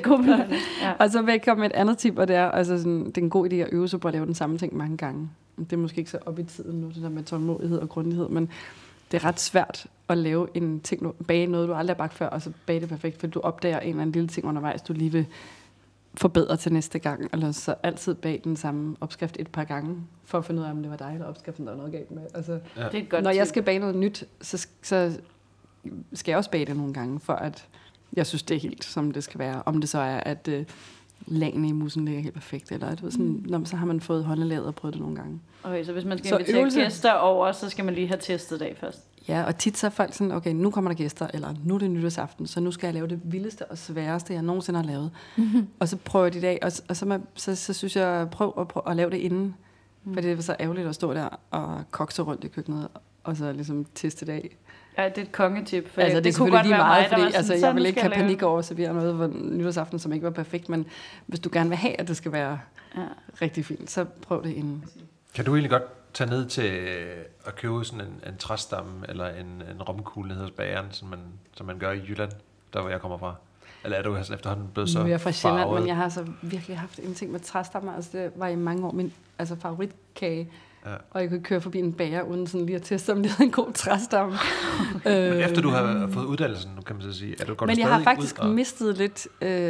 Ja. Og så vil jeg komme med et andet tip, og det er, altså sådan, det er en god idé at øve sig på at lave den samme ting mange gange. Det er måske ikke så op i tiden nu, det der med tålmodighed og grundighed, men det er ret svært at lave en ting, bage noget, du aldrig har bagt før, og så bage det perfekt, fordi du opdager en eller anden lille ting undervejs, du lige vil forbedre til næste gang, eller så altid bag den samme opskrift et par gange, for at finde ud af, om det var dig eller opskriften, der var noget galt med. Altså, Det er et godt når jeg tip. skal bage noget nyt, så skal jeg også bage det nogle gange, for at jeg synes, det er helt, som det skal være. Om det så er, at lagene i mussen ligger helt perfekt, eller at, sådan, så har man fået håndelaget og prøvet det nogle gange. Okay, så hvis man skal Så invitere øvelse. gæster over, så skal man lige have testet det af først. Ja, og tit så er folk sådan, okay, nu kommer der gæster, eller nu er det nytårsaften, så nu skal jeg lave det vildeste og sværeste, jeg nogensinde har lavet. Og så prøver jeg det i dag, og så synes jeg, prøv at lave det inden. For det er så ærgerligt at stå der og kokse rundt i køkkenet, og så ligesom teste det af. Ja, det er et kongetip. For Altså, det er kunne selvfølgelig godt lige være meget, mig, der fordi var sådan, altså, jeg sådan vil ikke skal have panik lave. over at servere noget for nytårsaften, som ikke var perfekt, men hvis du gerne vil have, at det skal være rigtig fint, så prøv det inden. Kan du egentlig godt tage ned til at købe sådan en træstamme eller en romkugle nede hos bageren, som man gør i Jylland, der hvor jeg kommer fra? Eller er du efterhånden blevet så Nu er jeg fra Sjælland, farvet? men jeg har så virkelig haft en ting med træstammer. Altså, det var i mange år min favoritkage. Ja. Og jeg kunne køre forbi en bager, uden sådan lige at teste, om det havde en god træstamme. Men efter du har fået uddannelsen, nu kan man så sige, er du godt Men jeg stadig har faktisk ud og... mistet lidt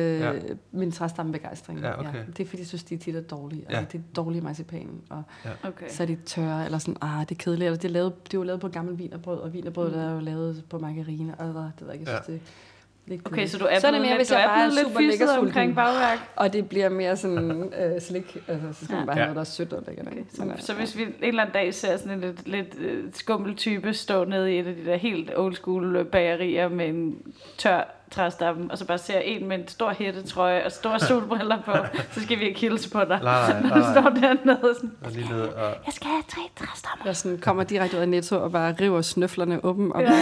min træstammebegejstring. Ja, okay. Det er fordi, jeg synes, de tit er dårlige. Ja. Altså, det er dårlige marcipan, og Okay. så er de tørre, eller sådan, det er kedeligt. Eller det er jo lavet på gammel vinerbrød, og vinerbrød der er jo lavet på margarine, og det ved jeg ikke, jeg synes, det lidt Okay, kedeligt. så du er Så er det blevet mere, lidt, hvis jeg bare er lidt super lækker fisset sulten. omkring bagværk. Og det bliver mere sådan slik. Altså, så skal man bare have noget, der er sødt og lækkert. Okay, så hvis vi en eller anden dag ser sådan en lidt skummel type stå nede i et af de der helt old school bagerier med en tør træstamme, og så bare ser en med en stor hættetrøje og store solbriller på, så skal vi ikke hilse på dig. Nej. Når du står dernede sådan, Og lige ned og... jeg skal have 3 træstammer. Jeg sådan kommer direkte ud af Netto og bare river snøflerne åben og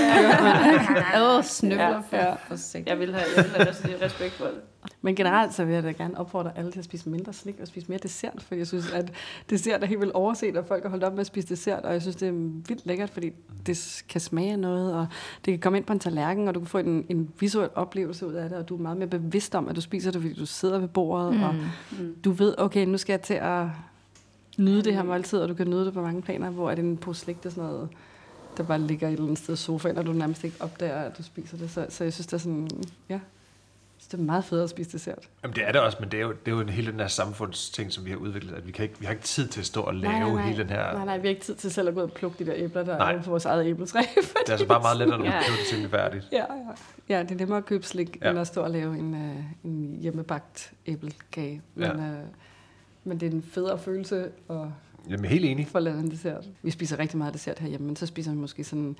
kører. Snøvler Ja. Jeg vil have også lidt respekt for det. Men generelt så vil jeg da gerne opfordre alle til at spise mindre slik og spise mere dessert, for jeg synes, at dessert er helt vildt overset, og folk har holdt op med at spise dessert, og jeg synes, det er vildt lækkert, fordi det kan smage af noget, og det kan komme ind på en tallerken, og du kan få en visuel oplevelse ud af det, og du er meget mere bevidst om, at du spiser det, fordi du sidder ved bordet, og du ved, okay, nu skal jeg til at nyde det her måltid, og du kan nyde det på mange planer, hvor er det en pose slik, det er sådan noget, der bare ligger et eller andet sted i sofaen, og du nærmest ikke opdager, at du spiser det. Så jeg synes, det er sådan, ja, det er meget fedt at spise dessert. Jamen det er det også, men det er jo en hele den her samfundsting, som vi har udviklet, at vi har ikke tid til at stå og lave hele den her... Nej, vi har ikke tid til selv at gå ud og plukke de der æbler, der er på vores eget æbletræ. Det er altså bare meget lettere, når du køber det til færdigt. Ja, det er nemmere at købe slik, end at stå og lave en hjemmebagt æblekage. Men det er en federe følelse at Jamen helt enig. få lavet en dessert. Vi spiser rigtig meget dessert herhjemme, men så spiser vi måske sådan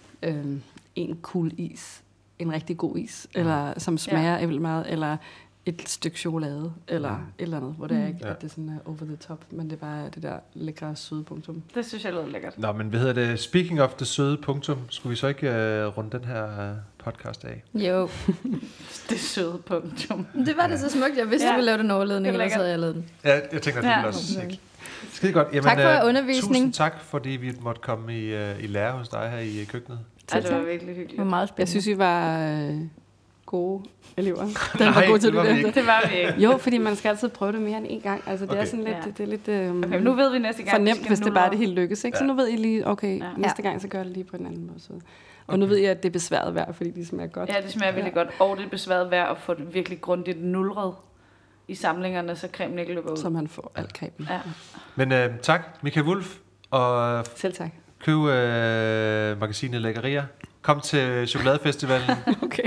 en cool is, en rigtig god is, eller som smager vildt meget, eller et stykke chokolade, eller et eller andet, hvor det er ikke, at det sådan er over the top, men det er bare det der lækre søde punktum. Det synes jeg lyder lækkert. Nå, men hvad hedder det? Speaking of det søde punktum, skulle vi så ikke runde den her podcast af? Jo. Det søde punktum. Det var det så smukt. Jeg vidste, du ville lave den overledning, Det er ellers havde jeg lavet den. Ja, jeg tænker, at det vil også ikke. Skide godt. Jamen, Tak for undervisning. Tusind tak, fordi vi måtte komme i lære hos dig her i køkkenet. Det var virkelig hyggeligt. Det var meget Jeg spændende. synes, vi var gode elever. Den var god til det. Det var vi ikke. Jo, fordi man skal altid prøve det mere end en gang. Altså, det er sådan lidt, det er lidt okay, nu ved vi næste gang, fornemt, hvis det bare det helt lykkes. Ikke? Så nu ved I lige, okay, næste gang, så gør det lige på en anden måde. Så. Og nu ved jeg, at det er besværet værd, fordi det smager godt. Ja, det smager virkelig godt. Og det er besværet værd at få det virkelig grundigt nulret i samlingerne, så cremen ikke løber ud. Så man får alt cremen. Ja. Men tak, Michael Wulff. Og selv tak. Køb magasinet Lækkerier. Kom til Chokoladefestivalen. Okay.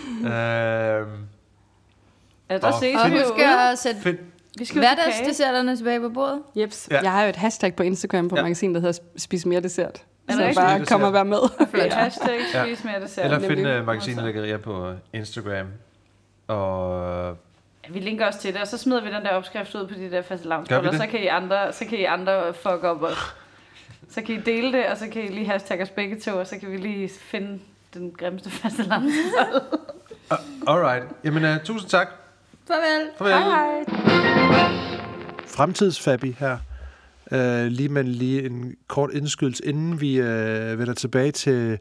Der ses og vi jo husk at sætte hverdagsdesserterne tilbage på bordet. Jeps. Ja. Jeg har jo et hashtag på Instagram på magasinet, der hedder Spis mere dessert. Så bare kom og vær med. Hashtag Spis mere dessert. Eller find magasinet Lækkerier på Instagram. Og vi linker også til det, og så smider vi den der opskrift ud på de der fastelavnsboller, så kan I andre fuck op og så kan I dele det, og så kan I lige hashtag os begge to, og så kan vi lige finde den grimmeste fastelavnsbolle. Alright. Jamen, tusind tak. Farvel. Hej. Fremtidsfabi her. Lige en kort indskydelse, inden vi vender tilbage til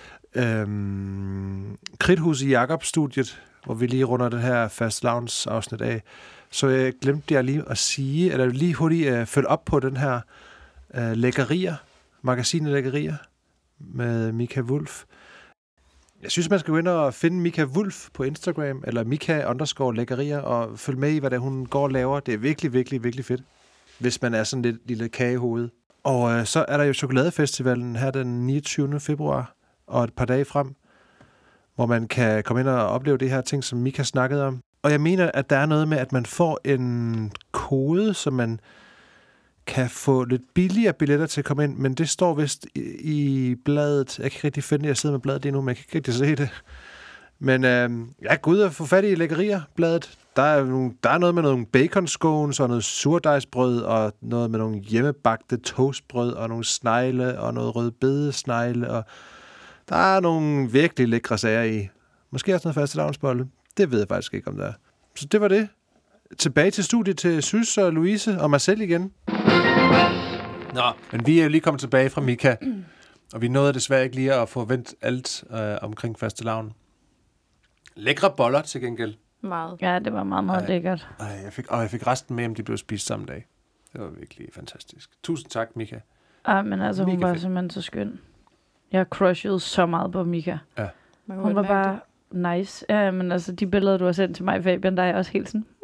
Kridthus i Jakob-studiet, hvor vi lige runder den her fastelavnsafsnit af. Så glemte jeg lige at sige, eller lige hurtigt følge op på den her Lækkerier, magasinet Lækkerier med Mika Wulff. Jeg synes, man skal gå ind og finde Mika Wulff på Instagram, eller Mika_Lækkerier, og følge med i, hvad det hun går og laver. Det er virkelig, virkelig, virkelig fedt, hvis man er sådan lidt lille kagehoved. Og så er der jo Chokoladefestivalen her den 29. februar, og et par dage frem, hvor man kan komme ind og opleve det her ting, som Mika snakkede om. Og jeg mener, at der er noget med, at man får en kode, som man kan få lidt billigere billetter til at komme ind, men det står vist i bladet. Jeg kan ikke rigtig finde det, jeg sidder med bladet lige nu, men jeg kan ikke rigtig se det. Men jeg går ud og få fat i Lækkerier-bladet. Der er noget med nogle baconscones og noget surdejsbrød og noget med nogle hjemmebagte toastbrød og nogle snegle og noget rødbedesnegle, og der er nogle virkelig lækre sager i. Måske også noget fastelavnsbolle. Det ved jeg faktisk ikke, om der er. Så det var det. Tilbage til studiet til Sys og Louise og mig selv igen. Nå, men vi er jo lige kommet tilbage fra Mika, og vi nåede desværre ikke lige at få vendt alt omkring fastelavn. Lækre boller til gengæld. Meget. Ja, det var meget, meget lækkert. Jeg fik resten med, om de blev spist samme dag. Det var virkelig fantastisk. Tusind tak, Mika. Men altså, hun var simpelthen så skøn. Jeg crushede så meget på Mika. Ja. Hun var bare nice. Ja, men altså, de billeder, du har sendt til mig, Fabian, der er også helt sådan...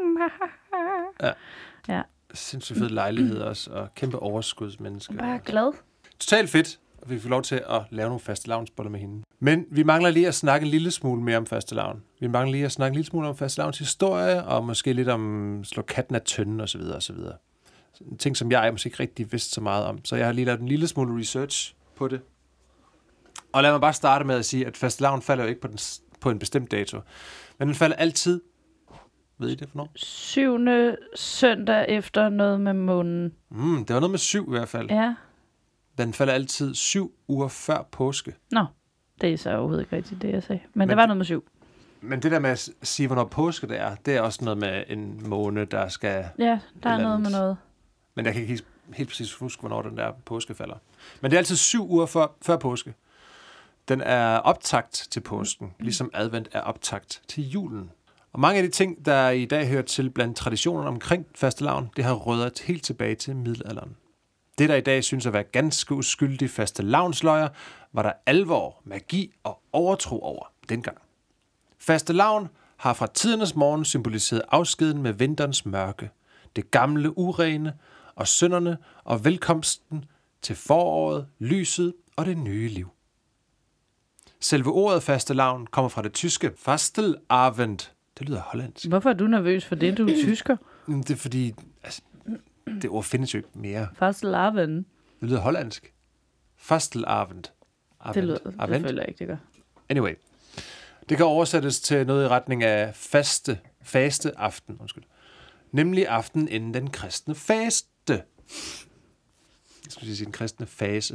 ja. Sindssygt fed lejlighed også, og kæmpe overskudsmenneske. Bare glad. Totalt fedt, og vi får lov til at lave nogle fastelavnsboller med hende. Men vi mangler lige at snakke en lille smule mere om fastelavn. Vi mangler lige at snakke en lille smule om fastelavns historie, og måske lidt om slå katten af tønden, og så videre, og så videre. En ting, som jeg måske ikke rigtig vidste så meget om. Så jeg har lige lavet en lille smule research på det. Og lad mig bare starte med at sige, at fastelavn falder jo ikke på en bestemt dato. Men den falder altid. Ved I det for noget? 7. søndag efter noget med månen. Det var noget med 7 i hvert fald. Ja. Den falder altid 7 uger før påske. Nå, det er så overhovedet ikke rigtigt, det jeg sagde. Men det var noget med 7. Men det der med at sige, hvornår påske det er også noget med en måne, der skal... Ja, der er noget med noget. Men jeg kan ikke helt præcis huske, hvornår den der påske falder. Men det er altid 7 uger før påske. Den er optakt til påsken, ligesom advent er optakt til julen. Og mange af de ting, der i dag hører til blandt traditionerne omkring fastelavn, det har rødder helt tilbage til middelalderen. Det, der i dag synes at være ganske uskyldige fastelavnsløjer, var der alvor, magi og overtro over dengang. Fastelavn har fra tidernes morgen symboliseret afskeden med vinterens mørke, det gamle urene og synderne og velkomsten til foråret, lyset og det nye liv. Selve ordet fastelavn kommer fra det tyske Fastelavend. Det lyder hollandsk. Hvorfor er du nervøs for det, du er tysker? Det er fordi, det ord findes jo ikke mere. Fastelavend. Det lyder hollandsk. Fastelavend. Det føler jeg ikke, det gør. Anyway. Det kan oversættes til noget i retning af faste aften. Nemlig aften inden den kristne faste. Jeg skulle sige den kristne fase.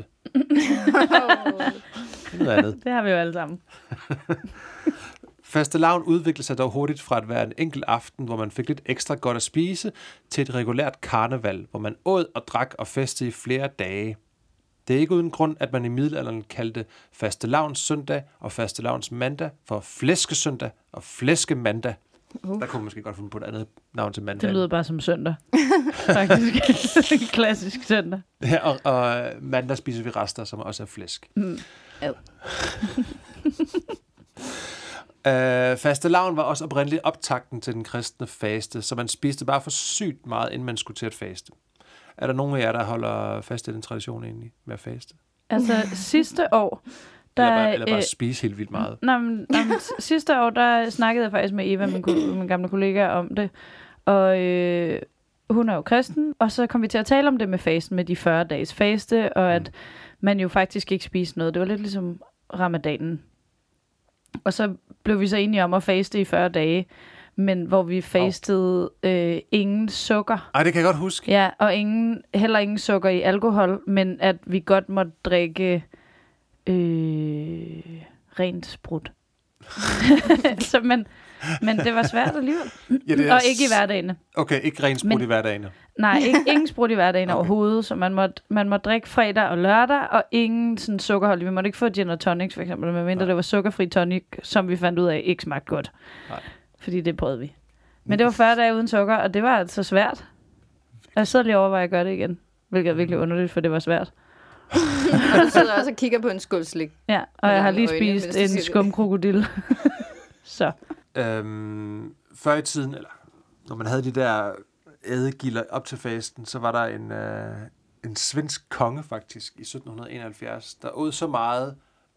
Det har vi jo alle sammen. Fastelavn udviklede sig dog hurtigt fra at være en enkelt aften, hvor man fik lidt ekstra godt at spise, til et regulært karneval, hvor man åd og drak og festede i flere dage. Det er ikke uden grund, at man i middelalderen kaldte fastelavns søndag og fastelavns mandag for flæskesøndag og flæskemandag. Der kunne man måske godt finde på et andet navn til mandag. Det lyder bare som søndag. Faktisk. En klassisk søndag. Ja, og mandag spiser vi rester, som også er flæsk. Fastelavn var også oprindeligt optakten til den kristne faste, så man spiste bare for sygt meget, inden man skulle til at faste. Er der nogen af jer, der holder fast i den tradition egentlig med at faste? Altså sidste år... Eller bare spise helt vildt meget. Sidste år, der snakkede jeg faktisk med Eva, min gamle kollega, om det. Og hun er jo kristen, og så kom vi til at tale om det med fasten, med de 40 dages faste, og at man jo faktisk ikke spiste noget. Det var lidt ligesom ramadanen. Og så blev vi så enige om at faste i 40 dage, men hvor vi fastede ingen sukker. Ej, det kan jeg godt huske. Ja, og heller ingen sukker i alkohol, men at vi godt måtte drikke rent sprut. Men det var svært alligevel. Ja, og ikke i hverdagen. Okay, ikke rent sprut i hverdagen. Nej, ingen sprut i hverdagen overhovedet, så man måtte drikke fredag og lørdag, og ingen sådan sukkerholdig. Vi måtte ikke få gin og tonics, for eksempel, medmindre det var sukkerfri tonic, som vi fandt ud af ikke smagte godt. Nej. Fordi det prøvede vi. Men det var 40 dage uden sukker, og det var altså svært. Og jeg sidder lige og overvejer at gøre det igen, hvilket er virkelig underligt, for det var svært. Og du sidder også og kigger på en skål slik. Ja, og jeg har lige spist en skumkrokodil. Så. Før i tiden, eller når man havde de der ædegilder op til fasten, så var der en svensk konge faktisk i 1771, der åd så meget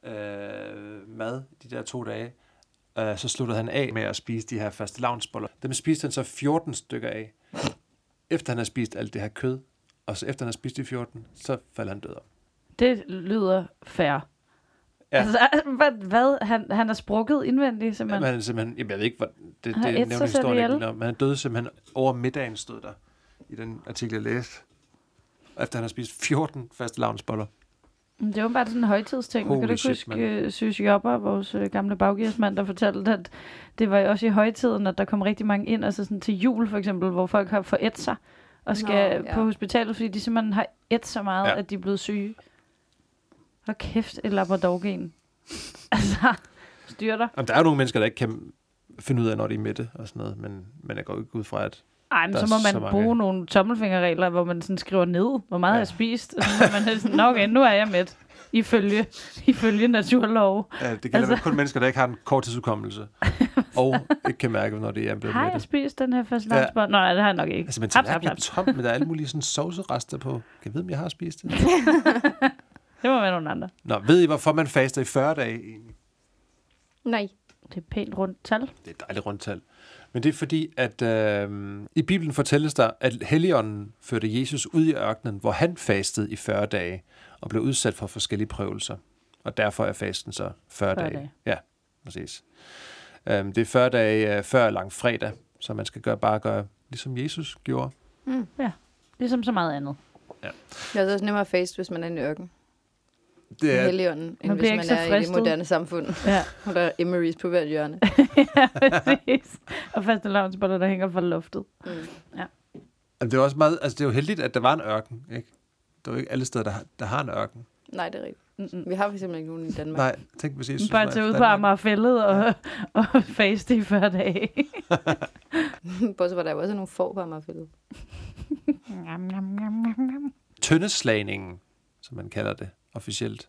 mad de der 2 dage, så sluttede han af med at spise de her fastelavnsboller. Dem spiste han så 14 stykker af, efter han havde spist alt det her kød, og så efter han havde spist de 14, så faldt han død om. Det lyder fair. Ja. Altså, hvad? Han er sprukket indvendigt, simpelthen? Jamen, simpelthen, jeg ved ikke, hvad det nævner historien ikke, men han døde simpelthen over middagen, stod der i den artikel, jeg læste, efter han har spist 14 fastelavnsboller. Det var bare sådan en højtidsting. Kan du ikke huske Søs Jobber, vores gamle baggearsmand, der fortalte, at det var jo også i højtiden, at der kom rigtig mange ind, altså sådan til jul for eksempel, hvor folk har forædt sig og skal på hospitalet, fordi de simpelthen har ædt så meget, at de er blevet syge. Hvor kæft et labradorgen. Altså, styrter. Jamen, der er jo nogle mennesker, der ikke kan finde ud af, når de er mætte og sådan noget, men jeg går ikke ud fra, at ej, men så må man bruge nogle tommelfingerregler, hvor man sådan skriver ned, hvor meget jeg har spist. Og så må man sådan, okay, nu er jeg mæt. Ifølge naturlov. Ja, det gælder kun mennesker, der ikke har en korttidsudkommelse. Og ikke kan mærke, når det er blevet mætte. Har jeg spist den her fastelavnsbolle? Nej, det har jeg nok ikke. Altså, men tallerken er tom, men der er alle mulige sådan sovserester på. Kan jeg vide, om jeg har spist det? Det må være nogle andre. Nå, ved I, hvorfor man faster i 40 dage egentlig? Nej. Det er et pænt rundt tal. Det er et dejligt rundt tal. Men det er fordi, at i Bibelen fortælles der, at Helligånden førte Jesus ud i ørkenen, hvor han fastede i 40 dage og blev udsat for forskellige prøvelser. Og derfor er fasten så 40 dage. Ja, præcis. Det er 40 dage før langfredag, så man skal bare gøre, ligesom Jesus gjorde. Mm. Ja, ligesom så meget andet. Ja. Det er også nemmere at faste, hvis man er i en ørken. Det er Helligånden, end hvis man er i det moderne samfund. Ja. Og der er Emery's på hvert hjørne. Ja, præcis. Og fastelavnsboller, der hænger fra loftet. Mm. Ja. Det er også meget, altså det er jo heldigt, at der var en ørken, ikke? Det er jo ikke alle steder, der har en ørken. Nej, det er rigtigt. Mm-mm. Vi har for eksempel ikke nogen i Danmark. Nej, tænk hvis Jesus bare tage ud på Amagerfællet og faste i 40 dage. Bortset var der jo også nogle får på Amagerfællet. Tøndeslagningen, som man kalder det officielt.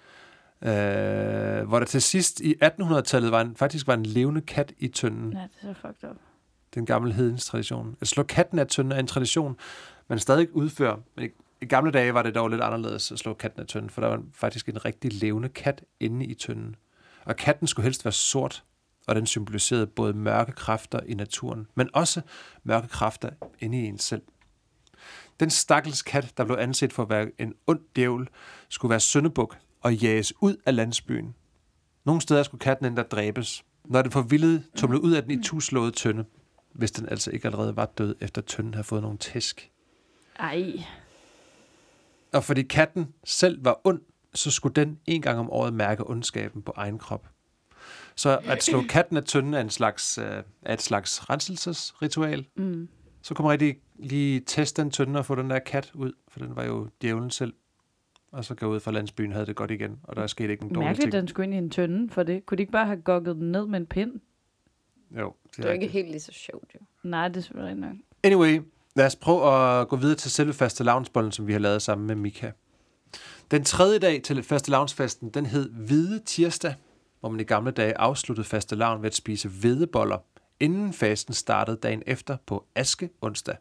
Hvor der til sidst i 1800-tallet faktisk var en levende kat i tønden. Ja, det er så fucked up. Den gamle hedens tradition. At slå katten af tønden er en tradition, man stadig udfører. Men i gamle dage var det dog lidt anderledes at slå katten af tønden, for der var faktisk en rigtig levende kat inde i tønden. Og katten skulle helst være sort, og den symboliserede både mørke kræfter i naturen, men også mørke kræfter inde i en selv. Den stakkels kat, der blev anset for at være en ond djævel, skulle være syndebuk og jages ud af landsbyen. Nogle steder skulle katten endda dræbes, når den forvildede tumlede ud af den i tuslåede tønde, hvis den altså ikke allerede var død, efter tønden havde fået nogle tæsk. Ej. Og fordi katten selv var ond, så skulle den en gang om året mærke ondskaben på egen krop. Så at slå katten af tønden er et slags renselsesritual. Mm. Så kunne man rigtig lige teste den tønde og få den der kat ud, for den var jo djævlen selv. og så går ud fra landsbyen, havde det godt igen, og der er sket ikke en dårlig Mærkeligt, ting. den skulle ind i en tønde for det. Kunne de ikke bare have gokket den ned med en pind? Jo, Det er ikke helt lige så sjovt, jo. Nej, det er selvfølgelig nok. Anyway, lad os prøve at gå videre til selve fastelavnsbollen, som vi har lavet sammen med Mika. Den tredje dag til fastelavnsfesten, den hed Hvide Tirsdag, hvor man i gamle dage afsluttede fastelavn ved at spise hvedeboller, inden fasten startede dagen efter på Aske onsdag.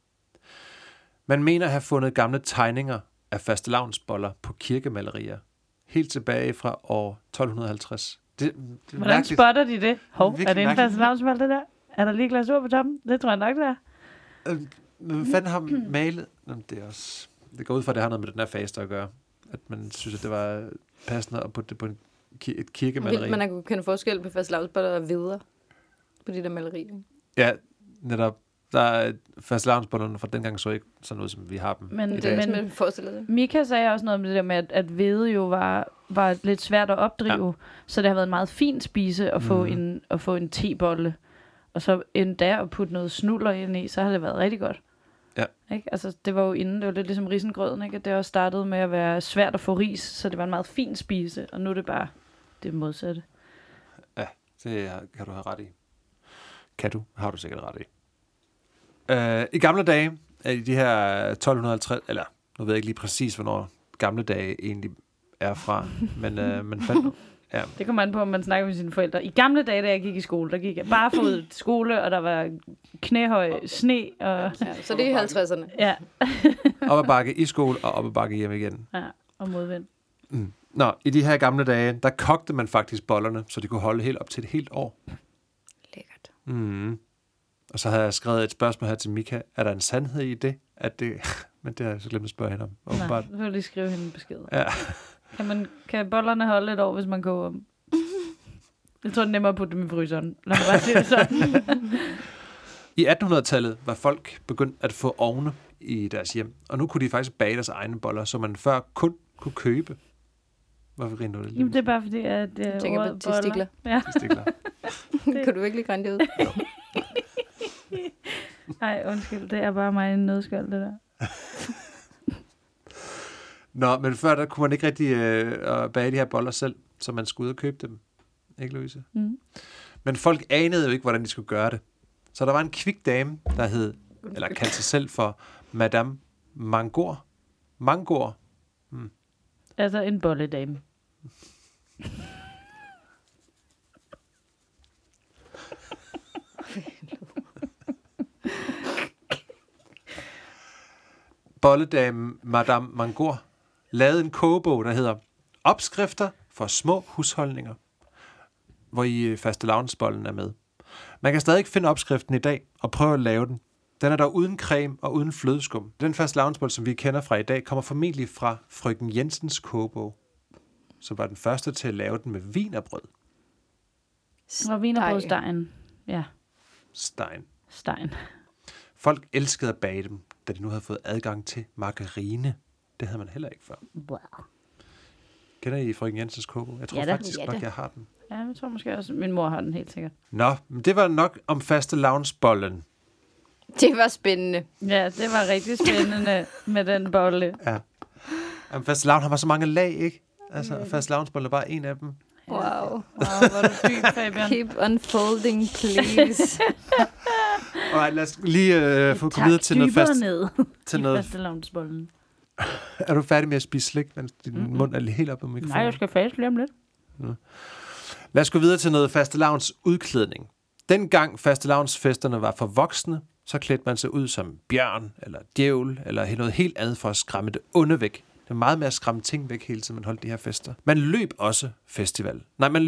Man mener at have fundet gamle tegninger af fastelavnsboller på kirkemalerier, helt tilbage fra år 1250. Det Hvordan mærkeligt. spotter de det? Hov, Virkelig er det en mærkeligt. fastelavnsbold, det der? Er der lige glasur på toppen? Det tror jeg nok, det er. Hvad fanden har malet? Jamen, det går ud fra, at det har noget med den her faste at gøre. At man synes, at det var passende at putte det på et kirkemaleri. Vildt, man kunne kende forskel på fastelavnsboller og videre på de der malerier. Ja, netop. Der er fastelavnsbollerne fra dengang så ikke sådan ud, som vi har dem Men i det- dag. Men, men forestillet det. Mika sagde også noget om det der med, at hvede jo var lidt svært at opdrive, så det har været en meget fin spise at få en tebolle, og så endda at putte noget snuller ind i, så har det været rigtig godt. Ja. Ikke? Altså, det var jo inden, det var lidt ligesom risengrøden, ikke? At det også startede med at være svært at få ris, så det var en meget fin spise, og nu er det bare det modsatte. Ja, det kan du have ret i. Har du sikkert ret i. I gamle dage, i de her 1250, eller nu ved jeg ikke lige præcis, hvornår gamle dage egentlig er fra, men man fandt... Ja. Det kommer an på, om man snakker med sine forældre. I gamle dage, da jeg gik i skole, der gik jeg bare fod til skole, og der var knæhøj sne, og Ja, så det er i 50'erne. ja, Op ad bakke i skole, og op ad bakke hjem igen. ja, og modvind. Nå, i de her gamle dage, der kogte man faktisk bollerne, så de kunne holde helt op til et helt år. Lækkert. Mm. Og så havde jeg skrevet et spørgsmål her til Mika. Er der en sandhed i det? At det men det har jeg så glemt at spørge hende om. Nej, Åbenbart. så vil jeg lige skrive hende en besked. Ja. Kan bollerne holde et år, hvis man koger dem? Jeg tror, det er nemmere at putte dem i fryseren. Lad mig bare sige det sådan. I 1800-tallet var folk begyndt at få ovne i deres hjem. Og nu kunne de faktisk bage deres egne boller, som man før kun kunne købe. Hvorfor griner du det? Jamen, det er bare fordi, at Jeg tænker på ordet boller. testikler. Ja. Testikler. Kan du virkelig grænne det ud? Nej, undskyld. Det er bare mig en nødskal, det der. Nå, men før der kunne man ikke rigtig bage de her boller selv, så man skulle ud og købe dem. Ikke, Louise? Mm. Men folk anede jo ikke, hvordan de skulle gøre det. Så der var en kvik dame, der hed, eller kaldte sig selv for Madame Mangor. Mangor. Altså en bolledame. Bolledame Madame Mangor lavede en kogebog, der hedder Opskrifter for små husholdninger, hvor i fastelavnsbollen er med. Man kan stadig finde opskriften i dag og prøve at lave den. Den er dog uden creme og uden flødeskum. Den fastelavnsbolle, som vi kender fra i dag, kommer formentlig fra frøken Jensens kogebog, som var den første til at lave den med wienerbrød. Og wienerbrødstegen. Ja, Stein. Folk elskede at bage dem, da de nu havde fået adgang til margarine. Det havde man heller ikke før. Wow. Kender I frøken Jensens kogebog? Jeg tror faktisk nok, jeg har den. Ja, jeg tror måske også, min mor har den helt sikkert. Nå, men det var nok om fastelavnsbollen. Det var spændende. Ja, det var rigtig spændende med den bolle. Ja. Jamen, fastelavn har så mange lag, ikke? Altså, fastelavnsbollen er bare en af dem. Wow. Wow, hvor er du dyb, Fabian. Keep unfolding, please. Alright, lad os lige få gå videre til noget dybere fast. ned Til i noget. fastelavnsbollen. Er du færdig med at spise slik, mens din mund er helt op på mikrofonen? Nej, jeg skal faste lige om lidt. Lad os gå videre til noget fastelavns udklædning. Dengang fastelavnsfesterne var for voksne, så klædte man sig ud som bjørn, eller djævel, eller noget helt andet for at skræmme det onde væk. Det er meget med at skræmme ting væk hele tiden, man holdt de her fester. Man løb også festival.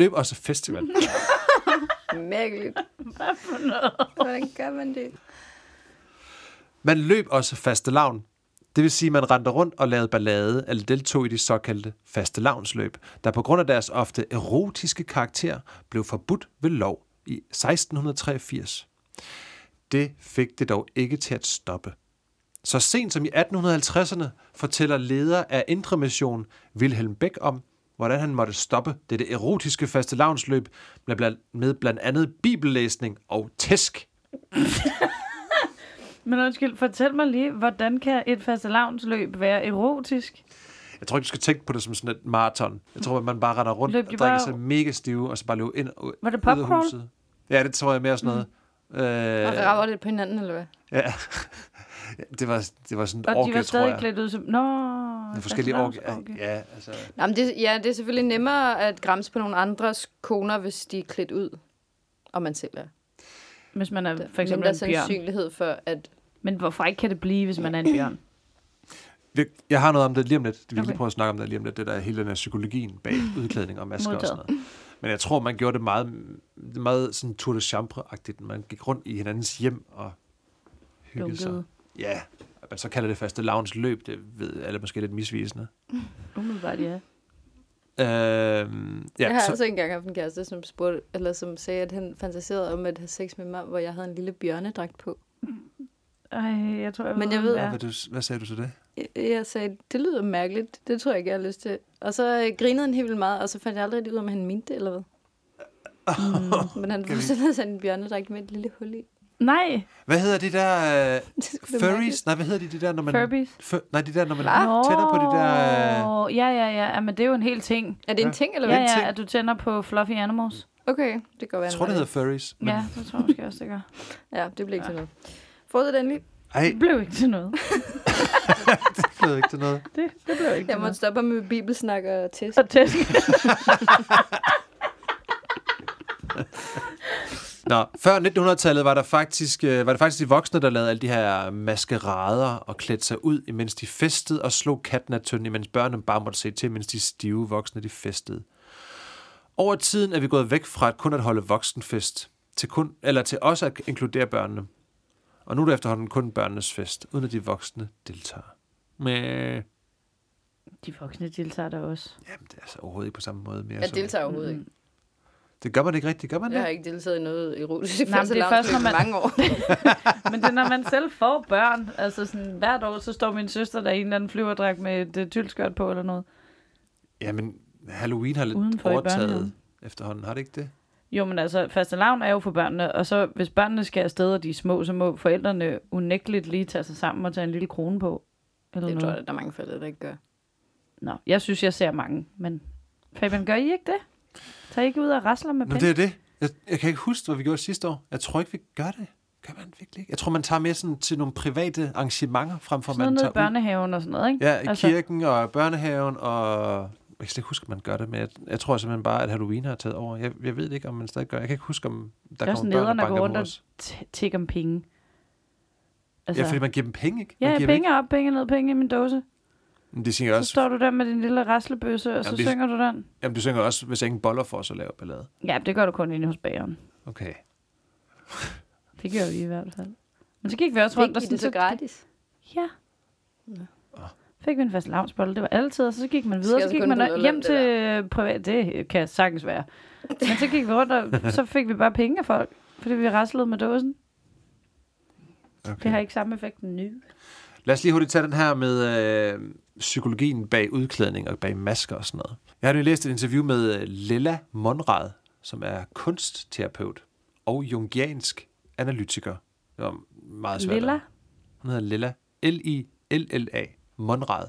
Mærkeligt. Hvad for noget? Hvordan gør man det? Man løb også fastelavn. Det vil sige, at man rendte rundt og lavede ballade, eller deltog i de såkaldte fastelavnsløb, der på grund af deres ofte erotiske karakter blev forbudt ved lov i 1683. Det fik det dog ikke til at stoppe. Så sent som i 1850'erne fortæller leder af Indre Mission Wilhelm Beck om, hvordan han måtte stoppe dette erotiske fastelavnsløb med blandt andet bibellæsning og tæsk. Men undskyld, fortæl mig lige, hvordan kan et fastelavnsløb være erotisk? Jeg tror ikke, du skal tænke på det som sådan et maraton. Jeg tror, at man bare render rundt og drikker sig mega stive, og så bare løber ind og var det ud af popcorn? huset. Ja, det tror jeg mere sådan noget. Og rager lidt på hinanden, eller hvad? Ja. Det var sådan et Og orgie, de var stadig tror jeg. klædt ud som... Det er forskellige orgie. Ja, altså... Nå, men det er selvfølgelig nemmere at græmse på nogle andres koner, hvis de er klædt ud, og man selv er. Hvis man er for eksempel mindre en bjørn. sandsynlighed for, at... Men hvorfor ikke kan det blive, hvis man er en bjørn? Jeg har noget om det lige om lidt. Vi vil lige prøve at snakke om det lige om lidt. Det der hele den her psykologien bag udklædning og masker og sådan noget. Men jeg tror, man gjorde det meget sådan tour de chambre-agtigt. Man gik rundt i hinandens hjem og hyggede sig. Ja, man så kalder det faste lounge løb. Det ved alle måske lidt misvisende. Umiddelbart, ja. Jeg har altså engang haft en kæreste, som spurgte, eller som sagde, at han fantaserede om at have sex med mig, hvor jeg havde en lille bjørnedragt på. Jeg tror, Men jeg ved... Hvad sagde du til det? Jeg sagde, det lyder mærkeligt. Det tror jeg ikke, jeg har lyst til. Og så grinede han helt vildt meget, og så fandt jeg aldrig ud af, om han mente det, eller hvad. Men han forestillede sig en bjørnedragt med et lille hul i. Nej. Hvad hedder de der furries? Nej, hvad hedder de der, når man... Furbies? Nej, de der, når man tænder på de der... Ja, men det er jo en hel ting. Er det en ting, eller hvad? Ja, at du tænder på fluffy animals. Okay, det kan godt være. Jeg tror, det hedder furries. Men... Ja, det tror jeg måske også, det gør. Ja, det blev ikke til noget. Fortsæt endelig. Det blev ikke til noget. Det blev ikke til noget. Det blev ikke til noget. Jeg måtte stoppe med bibelsnak og tæsk. Nå, før 1900-tallet var det faktisk de voksne, der lavede alle de her maskerader og klædte sig ud, imens de festede og slog katten af tønden, imens børnene bare måtte se til, mens de stive voksne de festede. Over tiden er vi gået væk fra kun at holde voksenfest, til også at inkludere børnene. Og nu er det efterhånden kun børnenes fest, uden at de voksne deltager. Men... De voksne deltager der også. Jamen, det er altså overhovedet ikke på samme måde mere. Jeg deltager overhovedet ikke. Det gør man ikke rigtigt, gør man det? Jeg har ikke deltaget i noget erotisk Nej, det er først, når man... mange år. Men det er, når man selv får børn. Altså sådan, hvert år, så står min søster der i en eller anden flyverdragt med et tyldskørt på eller noget. Jamen, Halloween har lidt Udenfor overtaget efterhånden, har det ikke det? Jo, men altså, fastelavn er jo for børnene, og så hvis børnene skal afsted, og de er små, så må forældrene unægteligt lige tage sig sammen og tage en lille krone på. Eller Det noget. tror jeg, der er mange forældre, der ikke gør. Nå, jeg synes, jeg ser mange, men Fabian, gør I ikke det? Tager I ikke ud og rasler med penge? Det er det. Jeg kan ikke huske, hvad vi gjorde sidste år. Jeg tror ikke, vi gør det. Gør man virkelig ikke? Jeg tror, man tager mere sådan til nogle private arrangementer, frem for man tager ud i børnehaven og sådan noget, ikke? Ja, i kirken og børnehaven, og... Jeg kan ikke huske, at man gør det, men jeg tror simpelthen bare, at Halloween har taget over. Jeg ved ikke, om man stadig gør. Jeg kan ikke huske, om der kommer børn og banker på os. Det er også tigger om penge. Altså, ja, fordi man giver dem penge, ikke? Ja, penge op, penge ned, penge i min dåse. Men de synger så også... står du der med din lille raslebøsse, og så synger du den. Jamen, du synger også, hvis ingen boller får, så laver ballade. Ja, det gør du kun inde hos bageren. Okay. Det gør vi i hvert fald. Men så gik vi også rundt og sådan... Det så gratis? Ja. Fik vi en fast lavnsbolle, det var altid, og så gik man videre, så gik man hjem til privat, det kan sagtens være. Men så gik vi rundt, og så fik vi bare penge af folk, fordi vi raslede med dåsen. Okay. Det har ikke samme effekt nu. Lad os lige hurtigt tage den her med psykologien bag udklædning og bag masker og sådan noget. Jeg har lige læst et interview med Lella Monrad, som er kunstterapeut og jungiansk analytiker. Det var meget svært. Lilla? Hun hedder Lella. L-I-L-L-A. Monrad.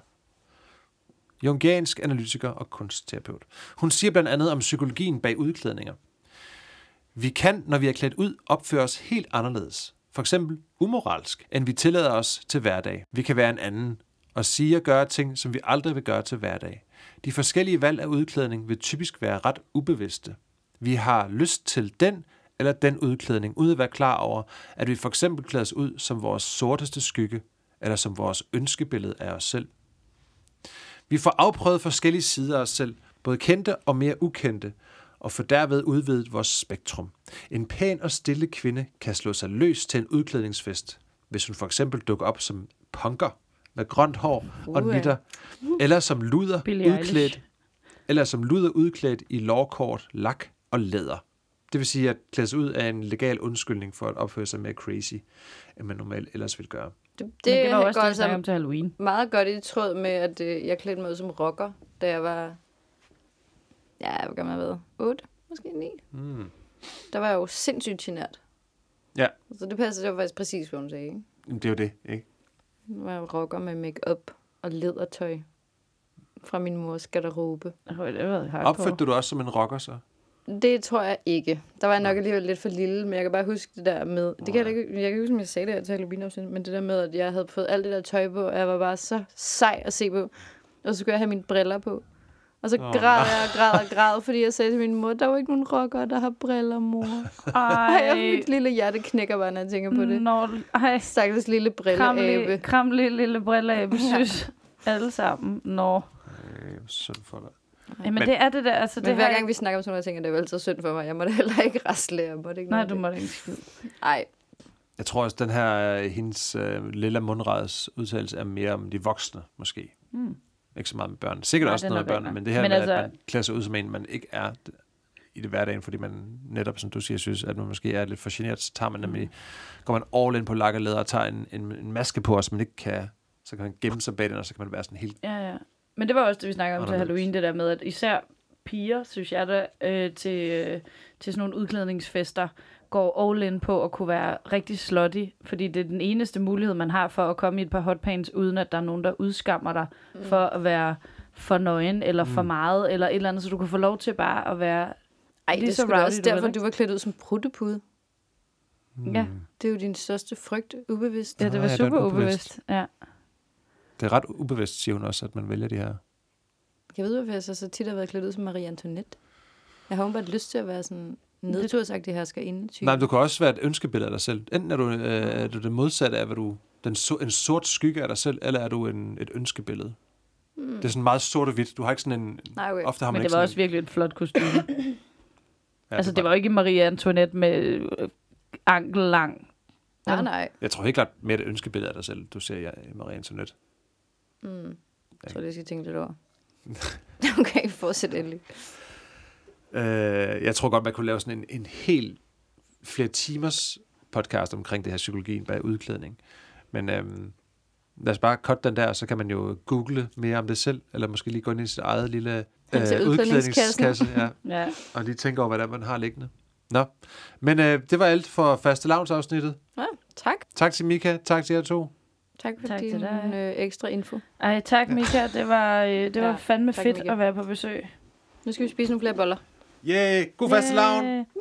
Jungiansk analytiker og kunstterapeut. Hun siger blandt andet om psykologien bag udklædninger. Vi kan, når vi er klædt ud, opføre os helt anderledes. For eksempel umoralsk, end vi tillader os til hverdag. Vi kan være en anden og sige og gøre ting, som vi aldrig vil gøre til hverdag. De forskellige valg af udklædning vil typisk være ret ubevidste. Vi har lyst til den eller den udklædning, uden at være klar over, at vi for eksempel klæder os ud som vores sorteste skygge, eller som vores ønskebillede af os selv. Vi får afprøvet forskellige sider af os selv, både kendte og mere ukendte, og får derved udvidet vores spektrum. En pæn og stille kvinde kan slå sig løs til en udklædningsfest, hvis hun for eksempel dukker op som punker med grønt hår og nitter, eller som luder udklædt i lårkort, lak og læder. Det vil sige, at klæde sig ud af en legal undskyldning for at opføre sig mere crazy, end man normalt ellers vil gøre. Det var også det, jeg om til Halloween. Meget godt i tråd med, at jeg klædte mig ud som rocker, da jeg var... Ja, hvor gammel har jeg været? 8? Måske 9? Der var jeg jo sindssygt genert. Ja. Så det passer, det var faktisk præcis, hvad hun sagde, ikke? Det er jo det, ikke? Nu var jeg rocker med make-up og lædertøj. fra min mors garderobe. Opførte du også som en rocker så? Det tror jeg ikke. Der var jeg nok alligevel lidt for lille, men jeg kan bare huske det der med... Det kan jeg kan huske, om jeg sagde det her til Halloween-afsnit, men det der med, at jeg havde fået alt det der tøj på, og jeg var bare så sej at se på. Og så skulle jeg have mine briller på. Og så græd, fordi jeg sagde til min mor, der er jo ikke nogen rockere, der har briller, mor. Ej, mit lille hjerte knækker bare, når jeg tænker på det. Stakkels lille brilleabe. Kram lille brilleabe, synes alle sammen. Synd for dig. Men det er det der. Altså, men hver gang vi snakker om sådan noget, tænker jeg, det er jo altid synd for mig. Jeg måtte heller ikke rasle. Nej, du måtte ikke skide. Nej. Jeg tror også, den her, hendes lille mundreds udtalelse er mere om de voksne, måske. Ikke så meget med børn. Sikkert også noget med børn, men det her med, at man klæder sig ud som en, man ikke er i det hverdagen, fordi man netop, som du siger, synes, at man måske er lidt for generet, så tager man nemlig, går man all in på lakkerleder og tager en maske på, som man ikke kan, så kan man gemme sig bag den, og så kan man være sådan helt... Ja. Men det var også det, vi snakkede om til Halloween, det der med, at især piger, synes jeg da, til sådan nogle udklædningsfester, går all in på at kunne være rigtig slutty, fordi det er den eneste mulighed, man har for at komme i et par hotpants, uden at der er nogen, der udskammer dig for at være for nøgen, eller for meget, eller et eller andet, så du kan få lov til bare at være det er også derfor, du var klædt ud som pruttepude. Ja. Det er jo din største frygt, ubevidst. Ja, det var super ubevidst. Ja. Det er ret ubevidst, siger hun også, at man vælger de her. Jeg ved, hvorfor jeg så tit har været klædt ud som Marie Antoinette. Jeg har bare lyst til at være sådan nedtursagtig herskerinde-type. Nej, men du kan også være et ønskebillede af dig selv. Enten er du det modsatte af, hvad du en sort skygge af dig selv, eller er du et ønskebillede. Det er sådan meget sort og hvidt. Du har ikke sådan en... Nej, okay. Ofte har man men ikke det var også virkelig et flot kostume. Ja, det var jo ikke Marie Antoinette med ankellang. Nej. Jeg tror helt klart mere et ønskebillede af dig selv, du ser i Marie Antoinette. Jeg tror, jeg skal tænke lidt over. Okay, fortsæt endelig. Jeg tror godt, man kunne lave sådan en helt flere timers podcast omkring det her psykologien bag udklædning. Men lad os bare cutte den der, og så kan man jo google mere om det selv, eller måske lige gå ind i sit eget lille udklædningskasse. Ja. Og lige tænke over, hvad der man har liggende. Nå, men det var alt for fastelavnsafsnittet. Ja, tak. Tak til Mika, tak til jer to. Tak for din ekstra info. Ej, tak Mika, det var fandme fedt at være på besøg. Nu skal vi spise nogle flere boller. God fastelavn!